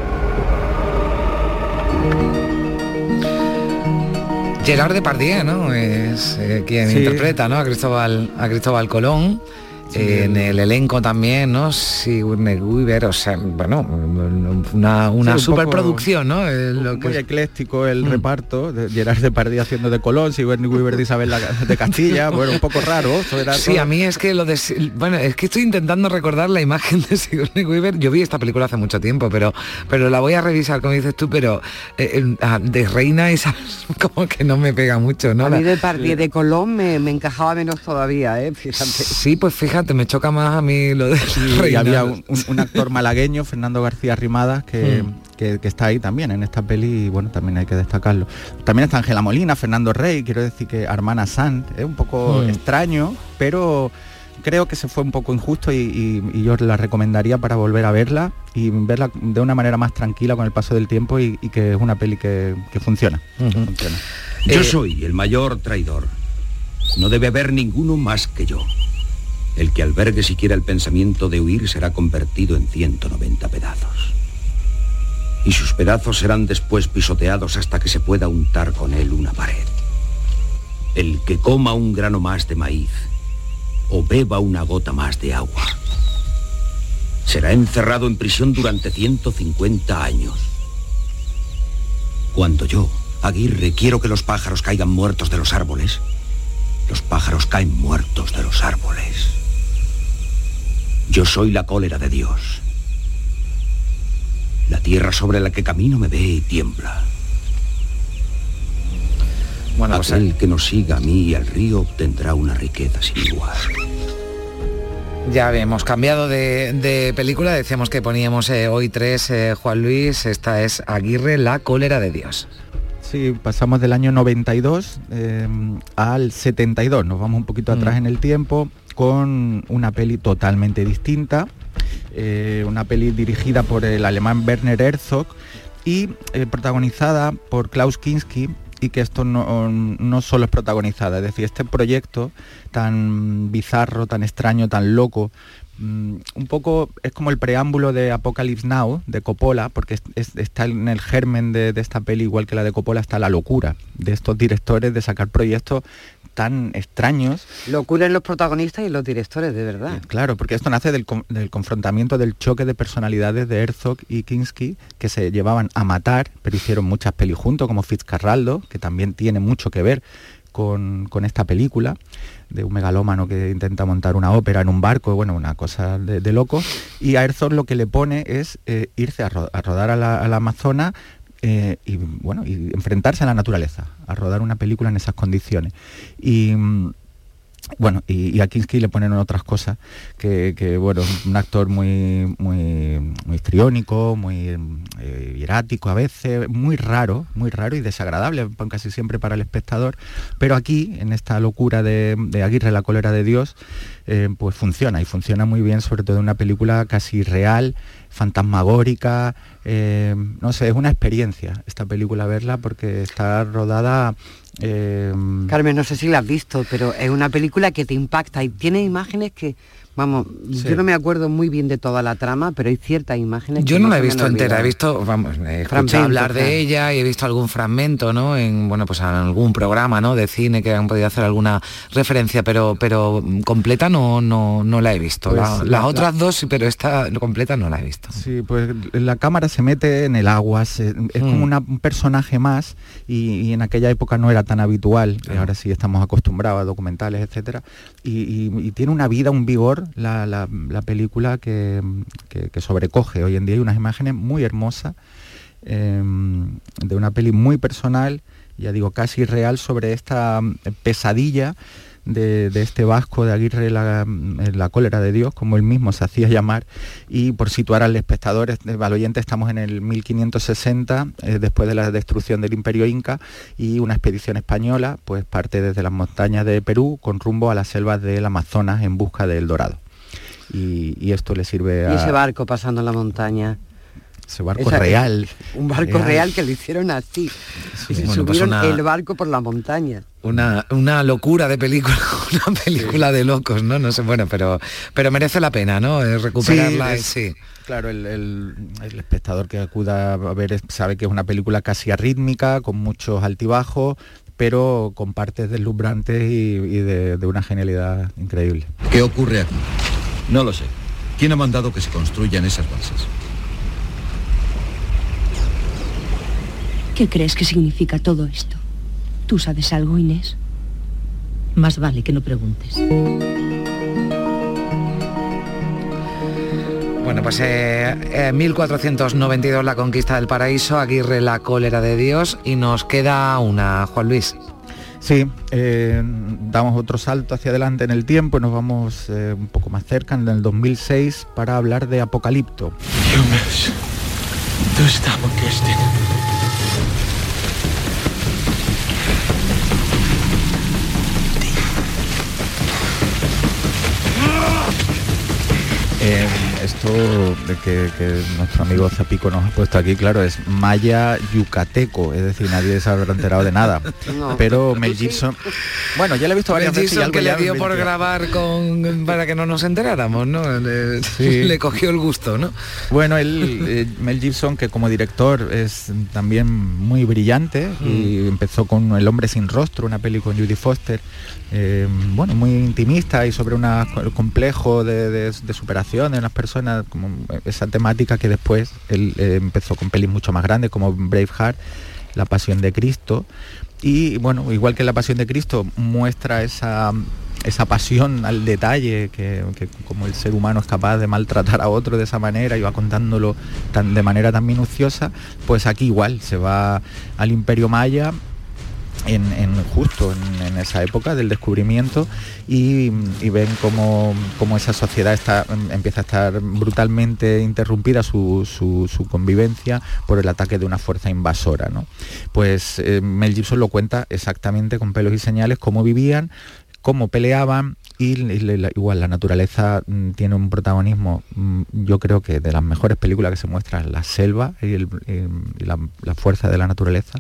Gerard Depardieu, ¿no? Es eh, quien sí. interpreta, ¿no?, a Cristóbal, a Cristóbal Colón. Sí. Eh, en el elenco también, ¿no? Sigourney Weaver, o sea, bueno, una, una sí, superproducción, ¿no? Eh, lo muy que... ecléctico el mm. reparto, de Gerard Depardieu haciendo de Colón, Sigourney Weaver de Isabel de Castilla, bueno, un poco raro. Era sí, todo... a mí es que lo de... Bueno, es que estoy intentando recordar la imagen de Sigourney Weaver. Yo vi esta película hace mucho tiempo, pero pero la voy a revisar, como dices tú, pero eh, de reina Isabel como que no me pega mucho, ¿no? A mí Depardieu de Colón me, me encajaba menos todavía, ¿eh? Fíjate. Sí, pues fíjate, me choca más a mí lo de sí, y había un, un, un actor malagueño, Fernando García Rimadas, que, mm. que, que está ahí también en esta peli y bueno, también hay que destacarlo. También está Ángela Molina, Fernando Rey, quiero decir que Armana Sanz, es un poco mm. extraño, pero creo que se fue un poco injusto y, y, y yo la recomendaría para volver a verla y verla de una manera más tranquila con el paso del tiempo y, y que es una peli que, que funciona, uh-huh. funciona. Yo Eh, soy el mayor traidor. No debe haber ninguno más que yo. El que albergue siquiera el pensamiento de huir será convertido en ciento noventa pedazos. Y sus pedazos serán después pisoteados hasta que se pueda untar con él una pared. El que coma un grano más de maíz o beba una gota más de agua será encerrado en prisión durante ciento cincuenta años. Cuando yo, Aguirre, quiero que los pájaros caigan muertos de los árboles, los pájaros caen muertos de los árboles. Yo soy la cólera de Dios. La tierra sobre la que camino me ve y tiembla. Bueno, pues aquel que nos siga a mí y al río obtendrá una riqueza sin igual. Ya hemos cambiado de, de película, decíamos que poníamos eh, hoy tres, eh, Juan Luis, esta es Aguirre, la cólera de Dios. Sí, pasamos del año noventa y dos eh, al setenta y dos, nos vamos un poquito atrás mm. en el tiempo, con una peli totalmente distinta, eh, una peli dirigida por el alemán Werner Herzog y eh, protagonizada por Klaus Kinski, y que esto no, no solo es protagonizada, es decir, este proyecto tan bizarro, tan extraño, tan loco, um, un poco es como el preámbulo de Apocalypse Now, de Coppola, porque es, es, está en el germen de, de esta peli, igual que la de Coppola, está la locura de estos directores de sacar proyectos tan extraños. Locura en los protagonistas y en los directores, de verdad. Claro, porque esto nace del, del confrontamiento, del choque de personalidades de Herzog y Kinski, que se llevaban a matar, pero hicieron muchas pelis juntos, como Fitzcarraldo, que también tiene mucho que ver con, con esta película, de un megalómano que intenta montar una ópera en un barco, bueno, una cosa de, de loco. Y a Herzog lo que le pone es eh, irse a, ro a rodar a la, a la Amazona, Eh, y bueno, y enfrentarse a la naturaleza, a rodar una película en esas condiciones. Y bueno, y, y a Kinski le ponen otras cosas, que, que bueno, un actor muy muy muy histriónico, muy eh, hierático a veces, muy raro, muy raro y desagradable casi siempre para el espectador, pero aquí, en esta locura de, de Aguirre, la cólera de Dios, eh, pues funciona, y funciona muy bien, sobre todo en una película casi real, fantasmagórica, eh, no sé, es una experiencia esta película verla, porque está rodada... Eh... Carmen, no sé si la has visto, pero es una película que te impacta y tiene imágenes que, vamos, sí. Yo no me acuerdo muy bien de toda la trama, pero hay ciertas imágenes. Yo que no, no la he visto entera, he visto, vamos, he escuchado hablar de claro. ella y he visto algún fragmento, ¿no? En, bueno, pues en algún programa, ¿no? De cine que han podido hacer alguna referencia, pero, pero completa no, no, no la he visto. Pues la, la, las otras la... dos sí, pero esta completa no la he visto. Sí, pues la cámara se mete en el agua, se, es mm. como una, un personaje más, y, y en aquella época no era tan habitual, ah. ahora sí estamos acostumbrados a documentales, etcétera, y, y, y tiene una vida, un vigor la, la, la película que, que, que sobrecoge. Hoy en día hay unas imágenes muy hermosas eh, de una peli muy personal, ya digo, casi real, sobre esta pesadilla de, de este vasco de Aguirre, la, la cólera de Dios, como él mismo se hacía llamar. Y por situar al espectador, al oyente, estamos en el mil quinientos sesenta, eh, después de la destrucción del Imperio Inca, y una expedición española pues parte desde las montañas de Perú con rumbo a las selvas del Amazonas en busca del Dorado. Y, y esto le sirve a... Y ese barco pasando en la montaña. Ese barco Esa, real. Un barco real. real que lo hicieron así. Sí, y se bueno, subieron pues una, el barco por la montaña. Una, una locura de película, una película sí. de locos, ¿no? No sé, bueno, pero, pero merece la pena, ¿no? Recuperarla, sí. Es, sí. Claro, el, el, el espectador que acuda a ver sabe que es una película casi arrítmica, con muchos altibajos, pero con partes deslumbrantes y, y de, de una genialidad increíble. ¿Qué ocurre aquí? No lo sé. ¿Quién ha mandado que se construyan esas bases? ¿Qué crees que significa todo esto? ¿Tú sabes algo, Inés? Más vale que no preguntes. Bueno, pues eh, eh, mil cuatrocientos noventa y dos, la conquista del paraíso, Aguirre, la cólera de Dios, y nos queda una, Juan Luis. Sí, eh, damos otro salto hacia adelante en el tiempo y nos vamos eh, un poco más cerca, en el dos mil seis, para hablar de Apocalipto. Eh, esto de que, que nuestro amigo Zapico nos ha puesto aquí, claro, es maya yucateco, es decir, nadie se habrá enterado de nada. No. Pero Mel Gibson, bueno, ya le he visto varias Mel veces. Gibson que le dio por grabar con para que no nos enteráramos, ¿no? Le, sí. le cogió el gusto, ¿no? Bueno, él, eh, Mel Gibson, que como director es también muy brillante, mm. y empezó con El hombre sin rostro, una peli con Judy Foster, eh, bueno, muy intimista y sobre una, el complejo de, de, de superación de unas personas, como esa temática que después él eh, empezó con pelis mucho más grandes como Braveheart, La Pasión de Cristo, y bueno, igual que La Pasión de Cristo muestra esa esa pasión al detalle, que, que como el ser humano es capaz de maltratar a otro de esa manera y va contándolo tan, de manera tan minuciosa, pues aquí igual se va al Imperio Maya en, en justo en, en esa época del descubrimiento y, y ven cómo, cómo esa sociedad está, empieza a estar brutalmente interrumpida su, su, su convivencia por el ataque de una fuerza invasora, ¿no? Pues eh, Mel Gibson lo cuenta exactamente con pelos y señales cómo vivían, cómo peleaban y, y la, igual la naturaleza mm, tiene un protagonismo, mm, yo creo que de las mejores películas que se muestran, la selva y, el, y, y la, la fuerza de la naturaleza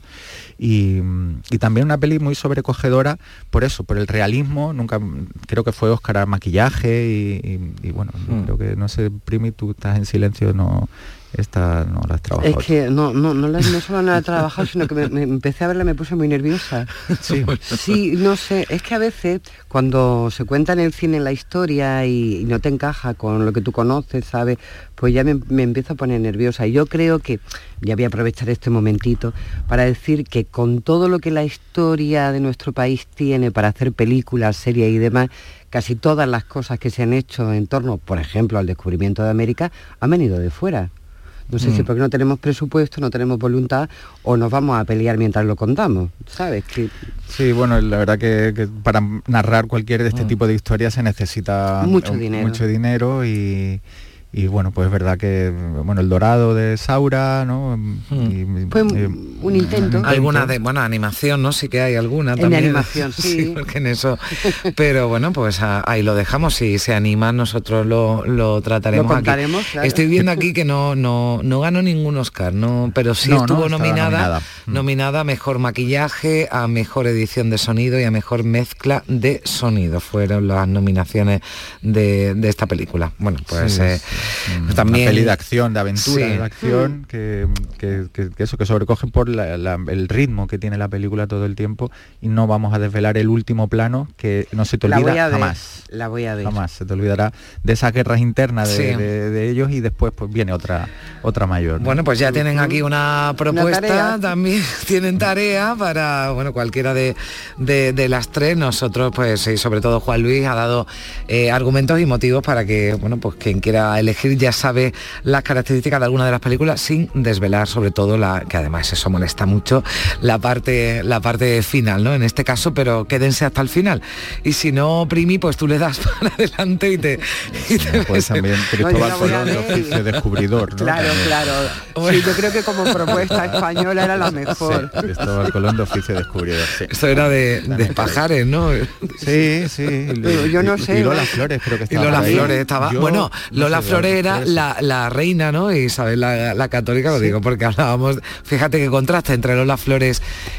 y, y también una peli muy sobrecogedora por eso, por el realismo. Nunca creo que fue Oscar a maquillaje y, y, y bueno, mm. creo que no sé, Primi, tú estás en silencio, no... Esta no la has trabajado. Es que no, no, no, la, no solo no la he trabajado, sino que me, me empecé a verla y me puse muy nerviosa. Sí. Sí, no sé, es que a veces cuando se cuenta en el cine la historia y, y no te encaja con lo que tú conoces, ¿sabes? Pues ya me, me empiezo a poner nerviosa. Y yo creo que, ya voy a aprovechar este momentito para decir que con todo lo que la historia de nuestro país tiene para hacer películas, series y demás, casi todas las cosas que se han hecho en torno, por ejemplo, al descubrimiento de América, han venido de fuera. No sé mm. si porque no tenemos presupuesto, no tenemos voluntad o nos vamos a pelear mientras lo contamos, ¿sabes? Que... Sí, bueno, la verdad que, que para narrar cualquier de este mm. tipo de historias se necesita mucho un, dinero, mucho dinero y... Y bueno, pues es verdad que bueno, El Dorado de Saura, ¿no? Y, Fue un, eh, un intento. Alguna de, bueno, animación, ¿no? Sí que hay alguna en también. En animación, sí. sí. Porque en eso. Pero bueno, pues a, ahí lo dejamos. Si se animan, nosotros lo, lo trataremos. Lo contaremos, aquí. Claro. Estoy viendo aquí que no, no, no ganó ningún Oscar, no, pero sí no, estuvo no, nominada, nominada. Nominada a mejor maquillaje, a mejor edición de sonido y a mejor mezcla de sonido. Fueron las nominaciones de, de esta película. Bueno, pues. Sí, eh, sí. También una peli de acción, de aventura, sí. de acción, mm. que, que, que, que eso, que sobrecogen por la, la, el ritmo que tiene la película todo el tiempo y no vamos a desvelar el último plano que no se te olvida jamás. La voy a ver. Jamás, se te olvidará de esas guerras internas de, sí. de, de ellos y después pues viene otra otra mayor, ¿no? Bueno, pues ya tienen aquí una propuesta, una también tienen tarea para, bueno, cualquiera de, de, de las tres. Nosotros, pues, y sobre todo Juan Luis ha dado eh, argumentos y motivos para que, bueno, pues quien quiera elegir ya sabe las características de alguna de las películas sin desvelar, sobre todo la que además eso molesta mucho, la parte la parte final, ¿no? En este caso, pero quédense hasta el final. Y si no, Primi, pues tú le das para adelante y te... Y te no, pues también Cristóbal no, Colón de oficio descubridor, ¿no? Claro, claro. Sí, yo creo que como propuesta española era la mejor. Sí, Cristóbal Colón de oficio descubridor, sí. Esto era de, de Pajares, ¿no? Sí, sí. Pero yo no sé. Y Lola Flores creo que estaba Y Lola ahí. Flores estaba... Yo, bueno, Lola no sé, Flores era la, la reina, ¿no? Isabel la, la católica, lo sí. digo porque hablábamos, fíjate que contrasta entre Lola Flores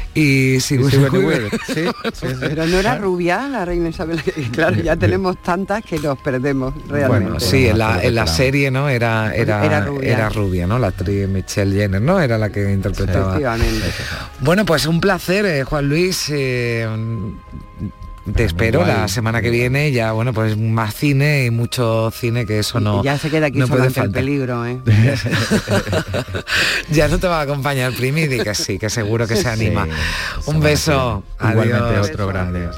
y Sigourney Weaver. Sí, sí, sí. Pero no era rubia la reina Isabel, claro, ya tenemos tantas que nos perdemos realmente. Bueno, sí, en la, en la serie, ¿no? Era, era, era, rubia. era rubia, ¿no? La actriz Michelle Jenner, ¿no? Era la que interpretaba. Efectivamente. Bueno, pues un placer, eh, Juan Luis. Eh, Te espero la semana que viene, ya bueno, pues más cine y mucho cine, que eso no ya se queda aquí no puede faltar. El peligro, ¿eh? Ya no te va a acompañar Primi, y que sí, que seguro que se anima. Sí, un beso. Igualmente. Adiós. Otro grande.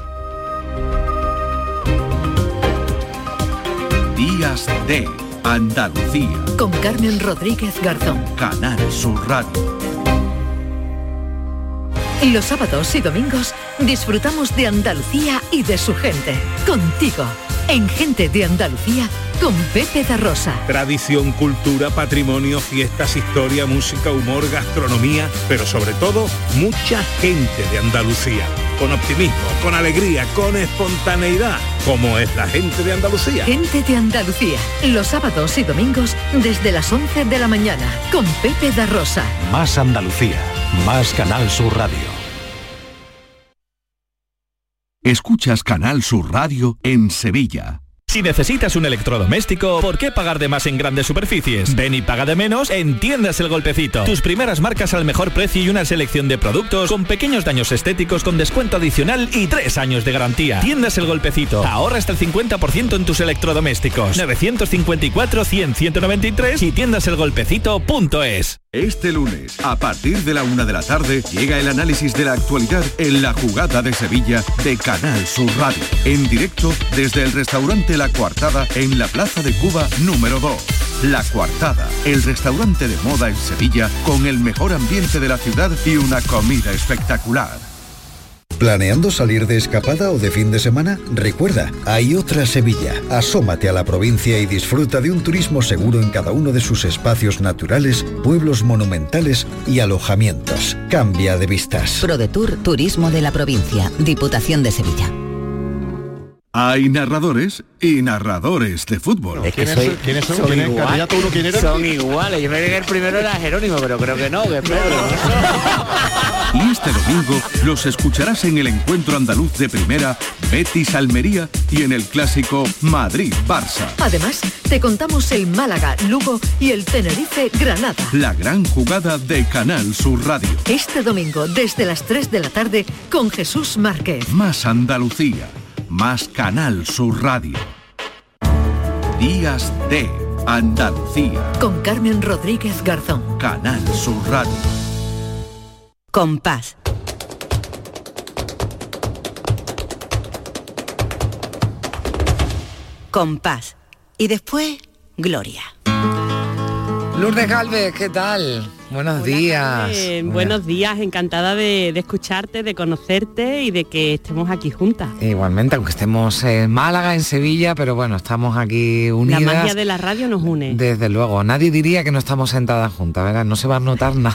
Días de Andalucía. Con Carmen Rodríguez Garzón. Canal Sur Radio. Los sábados y domingos disfrutamos de Andalucía y de su gente. Contigo, en Gente de Andalucía, con Pepe da Rosa. Tradición, cultura, patrimonio, fiestas, historia, música, humor, gastronomía, pero sobre todo, mucha gente de Andalucía. Con optimismo, con alegría, con espontaneidad, como es la gente de Andalucía. Gente de Andalucía, los sábados y domingos desde las once de la mañana, con Pepe da Rosa. Más Andalucía, más Canal Sur Radio. Escuchas Canal Sur Radio en Sevilla. Si necesitas un electrodoméstico, ¿por qué pagar de más en grandes superficies? Ven y paga de menos en Tiendas El Golpecito. Tus primeras marcas al mejor precio y una selección de productos con pequeños daños estéticos con descuento adicional y tres años de garantía. Tiendas El Golpecito. Ahorra hasta el cincuenta por ciento en tus electrodomésticos. novecientos cincuenta y cuatro, cien, ciento noventa y tres y tiendas el golpecito punto es. Este lunes, a partir de la una de la tarde, llega el análisis de la actualidad en La Jugada de Sevilla de Canal Sur Radio. En directo desde el restaurante La Coartada en la Plaza de Cuba número dos. La Coartada, el restaurante de moda en Sevilla con el mejor ambiente de la ciudad y una comida espectacular. ¿Planeando salir de escapada o de fin de semana? Recuerda, hay otra Sevilla. Asómate a la provincia y disfruta de un turismo seguro en cada uno de sus espacios naturales, pueblos monumentales y alojamientos. Cambia de vistas. ProDetour Turismo de la Provincia, Diputación de Sevilla. Hay narradores y narradores de fútbol. Es que soy, ¿Quiénes son? son ¿Quién es? igual, ¿Candidato uno quién era? Son iguales. Yo me creí que el primero era Jerónimo, pero creo que no, que es Pedro. Y este domingo los escucharás en el encuentro andaluz de primera Betis-Almería y en el clásico Madrid-Barça. Además, te contamos el Málaga-Lugo y el Tenerife-Granada. La gran jugada de Canal Sur Radio. Este domingo, desde las tres de la tarde, con Jesús Márquez. Más Andalucía, más Canal Sur Radio. Días de Andalucía. Con Carmen Rodríguez Garzón. Canal Sur Radio. Compás. Compás. Y después, Gloria. Lourdes Galvez, ¿qué tal? Buenos Hola, días. Carmen. Buenos días, encantada de, de escucharte, de conocerte y de que estemos aquí juntas. Igualmente, aunque estemos en Málaga, en Sevilla, pero bueno, estamos aquí unidas. La magia de la radio nos une. Desde luego, nadie diría que no estamos sentadas juntas, ¿verdad? No se va a notar nada.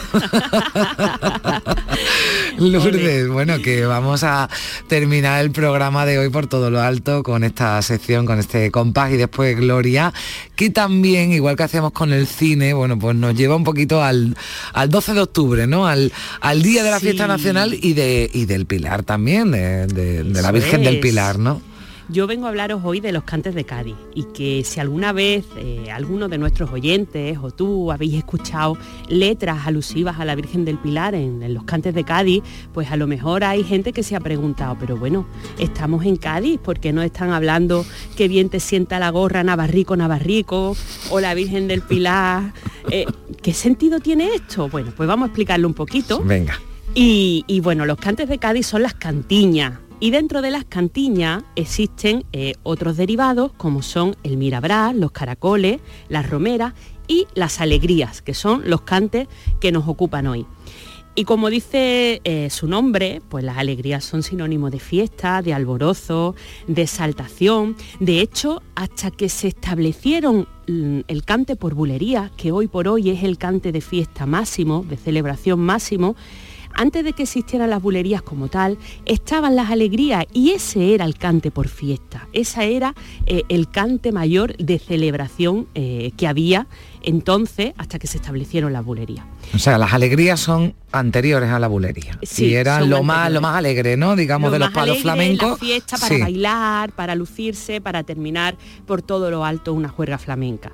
Lourdes, bueno, que vamos a terminar el programa de hoy por todo lo alto con esta sección, con este compás y después Gloria, que también, igual que hacíamos con el cine, bueno, pues nos lleva un poquito al, al doce de octubre, ¿no? Al, al Día de la sí. Fiesta Nacional y, de, y del Pilar también, de, de, de la Virgen es. del Pilar, ¿no? Yo vengo a hablaros hoy de los cantes de Cádiz y que si alguna vez eh, alguno de nuestros oyentes o tú habéis escuchado letras alusivas a la Virgen del Pilar en, en los cantes de Cádiz, pues a lo mejor hay gente que se ha preguntado, pero bueno, estamos en Cádiz, ¿por qué no están hablando qué bien te sienta la gorra Navarrico, Navarrico o la Virgen del Pilar? Eh, ¿Qué sentido tiene esto? Bueno, pues vamos a explicarlo un poquito. Venga. Y, y bueno, los cantes de Cádiz son las cantiñas. Y dentro de las cantiñas existen eh, otros derivados como son el mirabrás, los caracoles, las romeras y las alegrías, que son los cantes que nos ocupan hoy. Y como dice eh, su nombre, pues las alegrías son sinónimo de fiesta, de alborozo, de exaltación. De hecho, hasta que se establecieron el cante por bulería, que hoy por hoy es el cante de fiesta máximo, de celebración máximo, antes de que existieran las bulerías como tal, estaban las alegrías y ese era el cante por fiesta. Ese era eh, el cante mayor de celebración eh, que había entonces hasta que se establecieron las bulerías. O sea, las alegrías son anteriores a la bulería. Sí, y eran lo más, lo más alegre, ¿no? Digamos, lo de los palos flamencos. La fiesta para sí. bailar, para lucirse, para terminar por todo lo alto una juerga flamenca.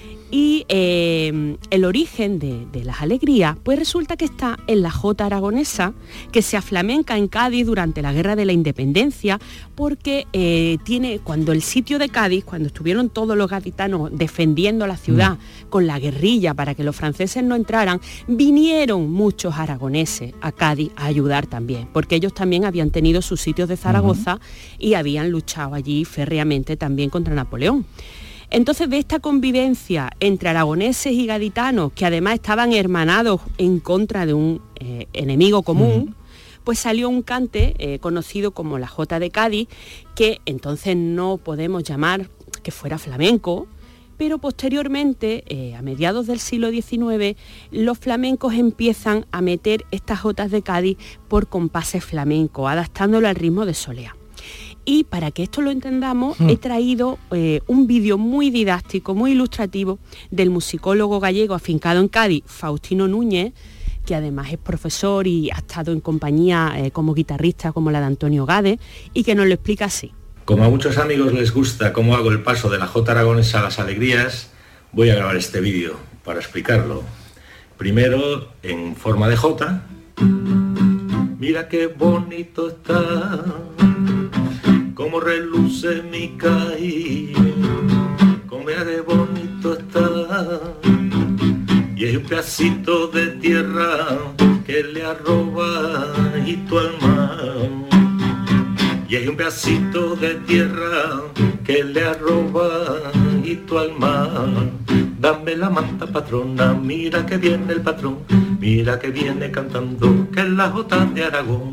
Y eh, el origen de, de las alegrías, pues resulta que está en la jota aragonesa, que se aflamenca en Cádiz durante la Guerra de la Independencia, porque eh, tiene, cuando el sitio de Cádiz, cuando estuvieron todos los gaditanos defendiendo la ciudad mm. con la guerrilla para que los franceses no entraran, vinieron muchos aragoneses a Cádiz a ayudar también, porque ellos también habían tenido sus sitios de Zaragoza mm. y habían luchado allí férreamente también contra Napoleón. Entonces, de esta convivencia entre aragoneses y gaditanos, que además estaban hermanados en contra de un eh, enemigo común, uh-huh. pues salió un cante eh, conocido como la Jota de Cádiz, que entonces no podemos llamar que fuera flamenco, pero posteriormente, eh, a mediados del siglo diecinueve, los flamencos empiezan a meter estas jotas de Cádiz por compases flamencos, adaptándolo al ritmo de solea. Y para que esto lo entendamos, Mm. he traído eh, un vídeo muy didáctico, muy ilustrativo, del musicólogo gallego afincado en Cádiz, Faustino Núñez, que además es profesor y ha estado en compañía eh, como guitarrista como la de Antonio Gade, y que nos lo explica así. Como a muchos amigos les gusta cómo hago el paso de la jota aragonesa a las alegrías, voy a grabar este vídeo para explicarlo. Primero en forma de jota. Mira qué bonito está, cómo reluce mi caí, cómo de bonito está. Y es un pedacito de tierra que le arroba y tu alma. Y hay un pedacito de tierra que le arroba y tu alma. Dame la manta, patrona, mira que viene el patrón, mira que viene cantando, que es la jota de Aragón.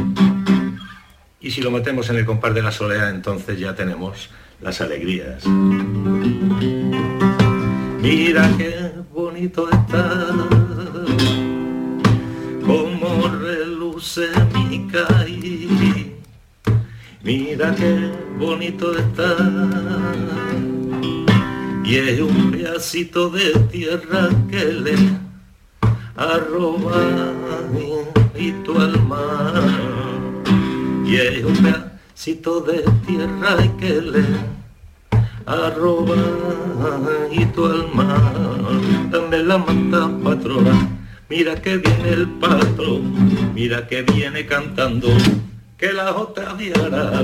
Y si lo metemos en el compás de la solea, entonces ya tenemos las alegrías. Mira qué bonito está, como reluce mi caí. Mira qué bonito está, y es un pedacito de tierra que le arroba y tu alma. Y es un pedacito de tierra que le arroba y tu alma. Dame la manta, patrona, mira que viene el patrón, mira que viene cantando, que la jota de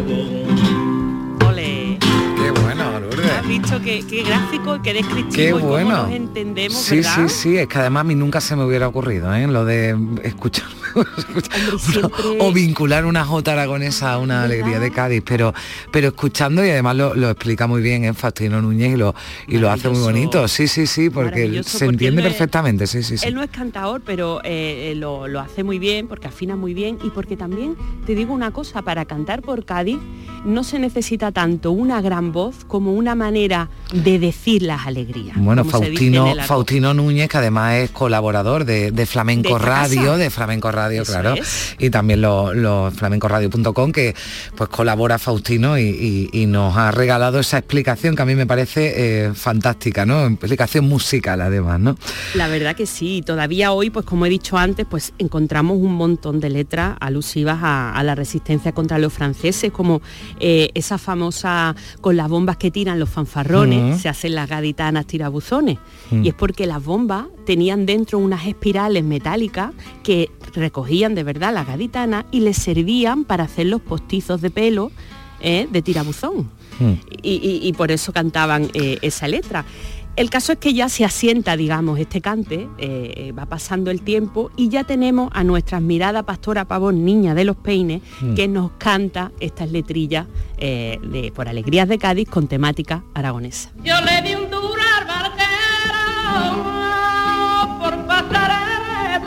Aragón. ¡Ole! ¡Qué bueno, Lourdes! ¿Has visto qué, qué gráfico y qué descriptivo? ¡Qué y bueno! cómo nos entendemos, Sí, ¿verdad? sí, sí, es que además a mí nunca se me hubiera ocurrido, ¿eh? Lo de escuchar, escuchar Hombre, siempre... o vincular una jota aragonesa a una alegría de Cádiz, pero pero escuchando, y además lo, lo explica muy bien en Faustino Núñez y lo y lo hace muy bonito, sí, sí, sí, porque se porque entiende él no es- perfectamente, sí, sí, sí. Él no es cantador, pero eh, lo, lo hace muy bien, porque afina muy bien, y porque también, te digo una cosa, para cantar por Cádiz no se necesita tanto una gran voz como una manera de decir las alegrías. Bueno, como se dice en Faustino, el argot. Faustino Núñez, que además es colaborador de, de Flamenco De esta Radio, casa. de Flamenco Radio, Eso claro, es. y también los lo flamencoradio punto com, que pues colabora Faustino y, y- y nos ha regalado esa explicación que a mí me parece eh, fantástica, ¿no? Explicación musical además, ¿no? La verdad que sí, todavía hoy, pues como he dicho antes, pues encontramos un montón de letras alusivas a, a la resistencia contra los franceses, como eh, esa famosa con las bombas que tiran los fanfarrones, Ujú. se hacen las gaditanas tirabuzones, Mm. y es porque las bombas tenían dentro unas espirales metálicas que recogían de verdad las gaditanas y les servían para hacer los postizos de pelo eh, de tirabuzón. Y, y- y por eso cantaban eh, esa letra. El caso es que ya se asienta, digamos, este cante, eh, va pasando el tiempo y ya tenemos a nuestra admirada Pastora Pavón, niña de los peines, Mm. que nos canta estas letrillas eh, de Por Alegrías de Cádiz con temática aragonesa. Yo le di un duro al barquero por pasar el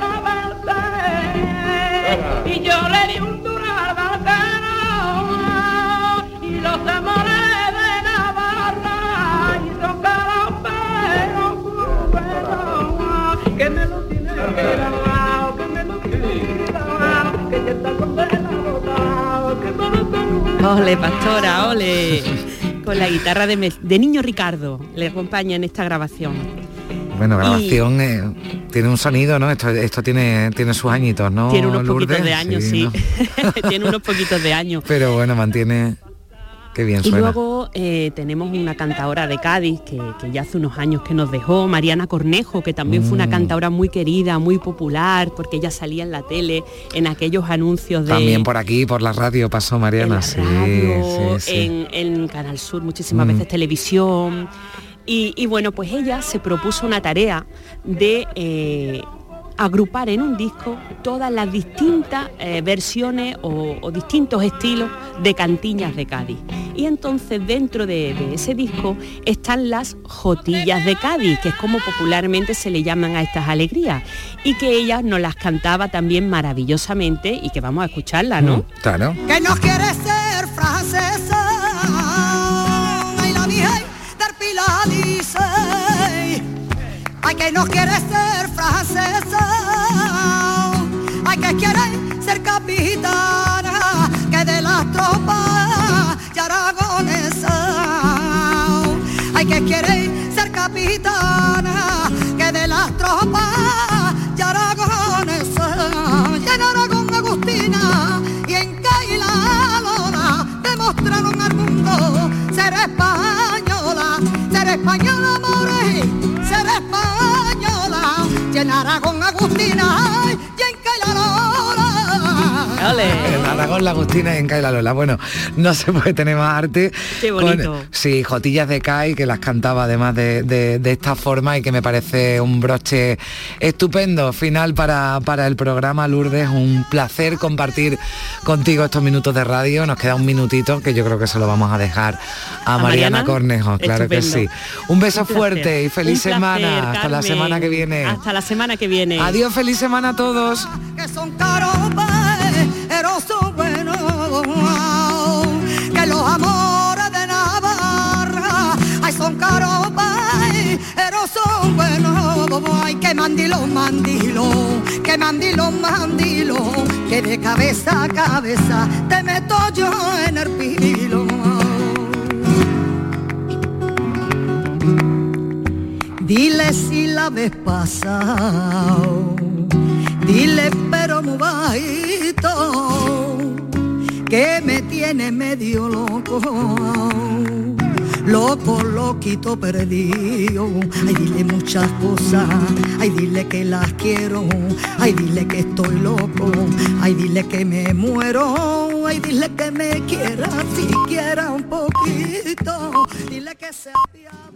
verte. Y yo le di un duro al barquero y los amores de Navarra y tocaron pero que me lo tiene grabado, que me lo tiene grabado, que ya está condenado, que me lo tiene. Ole, Pastora, ole. Con la guitarra de, Me- de Niño Ricardo, le acompaña en esta grabación. Bueno, Y- grabación eh, tiene un sonido, ¿no? Esto, esto tiene, tiene sus añitos, ¿no? Tiene unos Lourdes? poquitos de años, sí. ¿no? Tiene unos poquitos de años. Pero bueno, mantiene... Qué bien Y suena. luego eh, tenemos una cantadora de Cádiz que, que ya hace unos años que nos dejó, Mariana Cornejo, que también fue una Mm. cantadora muy querida, muy popular, porque ella salía en la tele, en aquellos anuncios de... También por aquí, por la radio pasó Mariana, sí, radio, sí, sí. En, en Canal Sur, muchísimas Mm. veces televisión. Y, y bueno, pues ella se propuso una tarea de eh, agrupar en un disco todas las distintas eh, versiones o, o distintos estilos de cantiñas de Cádiz. Y entonces dentro de, de ese disco están las jotillas de Cádiz, que es como popularmente se le llaman a estas alegrías, y que ella nos las cantaba también maravillosamente y que vamos a escucharla, ¿no? Mm, claro. Que no quiere ser francesa, ay la Virgen del Pilar dice, ay que no quiere ser francesa, ay que quiere ser capitana, que de las tropas las tropas y aragoneses, y en Aragón Agustina y en Caila Lola demostraron al mundo ser española, ser española, more, ser española, y en Aragón Agustina y en Caila Lola. ¡Ole! En Aragón, la Agustina y en Caila Lola. Bueno, no se puede tener más arte. Qué bonito. Con, sí, Jotillas de Cai, que las cantaba además de, de, de esta forma y que me parece un broche estupendo final para, para el programa. Lourdes, un placer compartir contigo estos minutos de radio. Nos queda un minutito que yo creo que se lo vamos a dejar a, a Mariana, Mariana Cornejo, claro estupendo. Que sí. Un beso un fuerte y feliz un semana. Placer, hasta Carmen. La semana que viene. Hasta la semana que viene. Adiós, feliz semana a todos. Que son caros, pero son buenos, que los amores de Navarra, ay, son caros, pero son buenos, ay, que mandilo, mandilo, que mandilo, mandilo, que de cabeza a cabeza te meto yo en el pilo. Dile si la ves pasado, dile pero muy bajito, que me tiene medio loco, loco, loquito perdido. Ay, dile muchas cosas, ay, dile que las quiero, ay, dile que estoy loco, ay, dile que me muero, ay, dile que me quiera siquiera un poquito, dile que se apiade.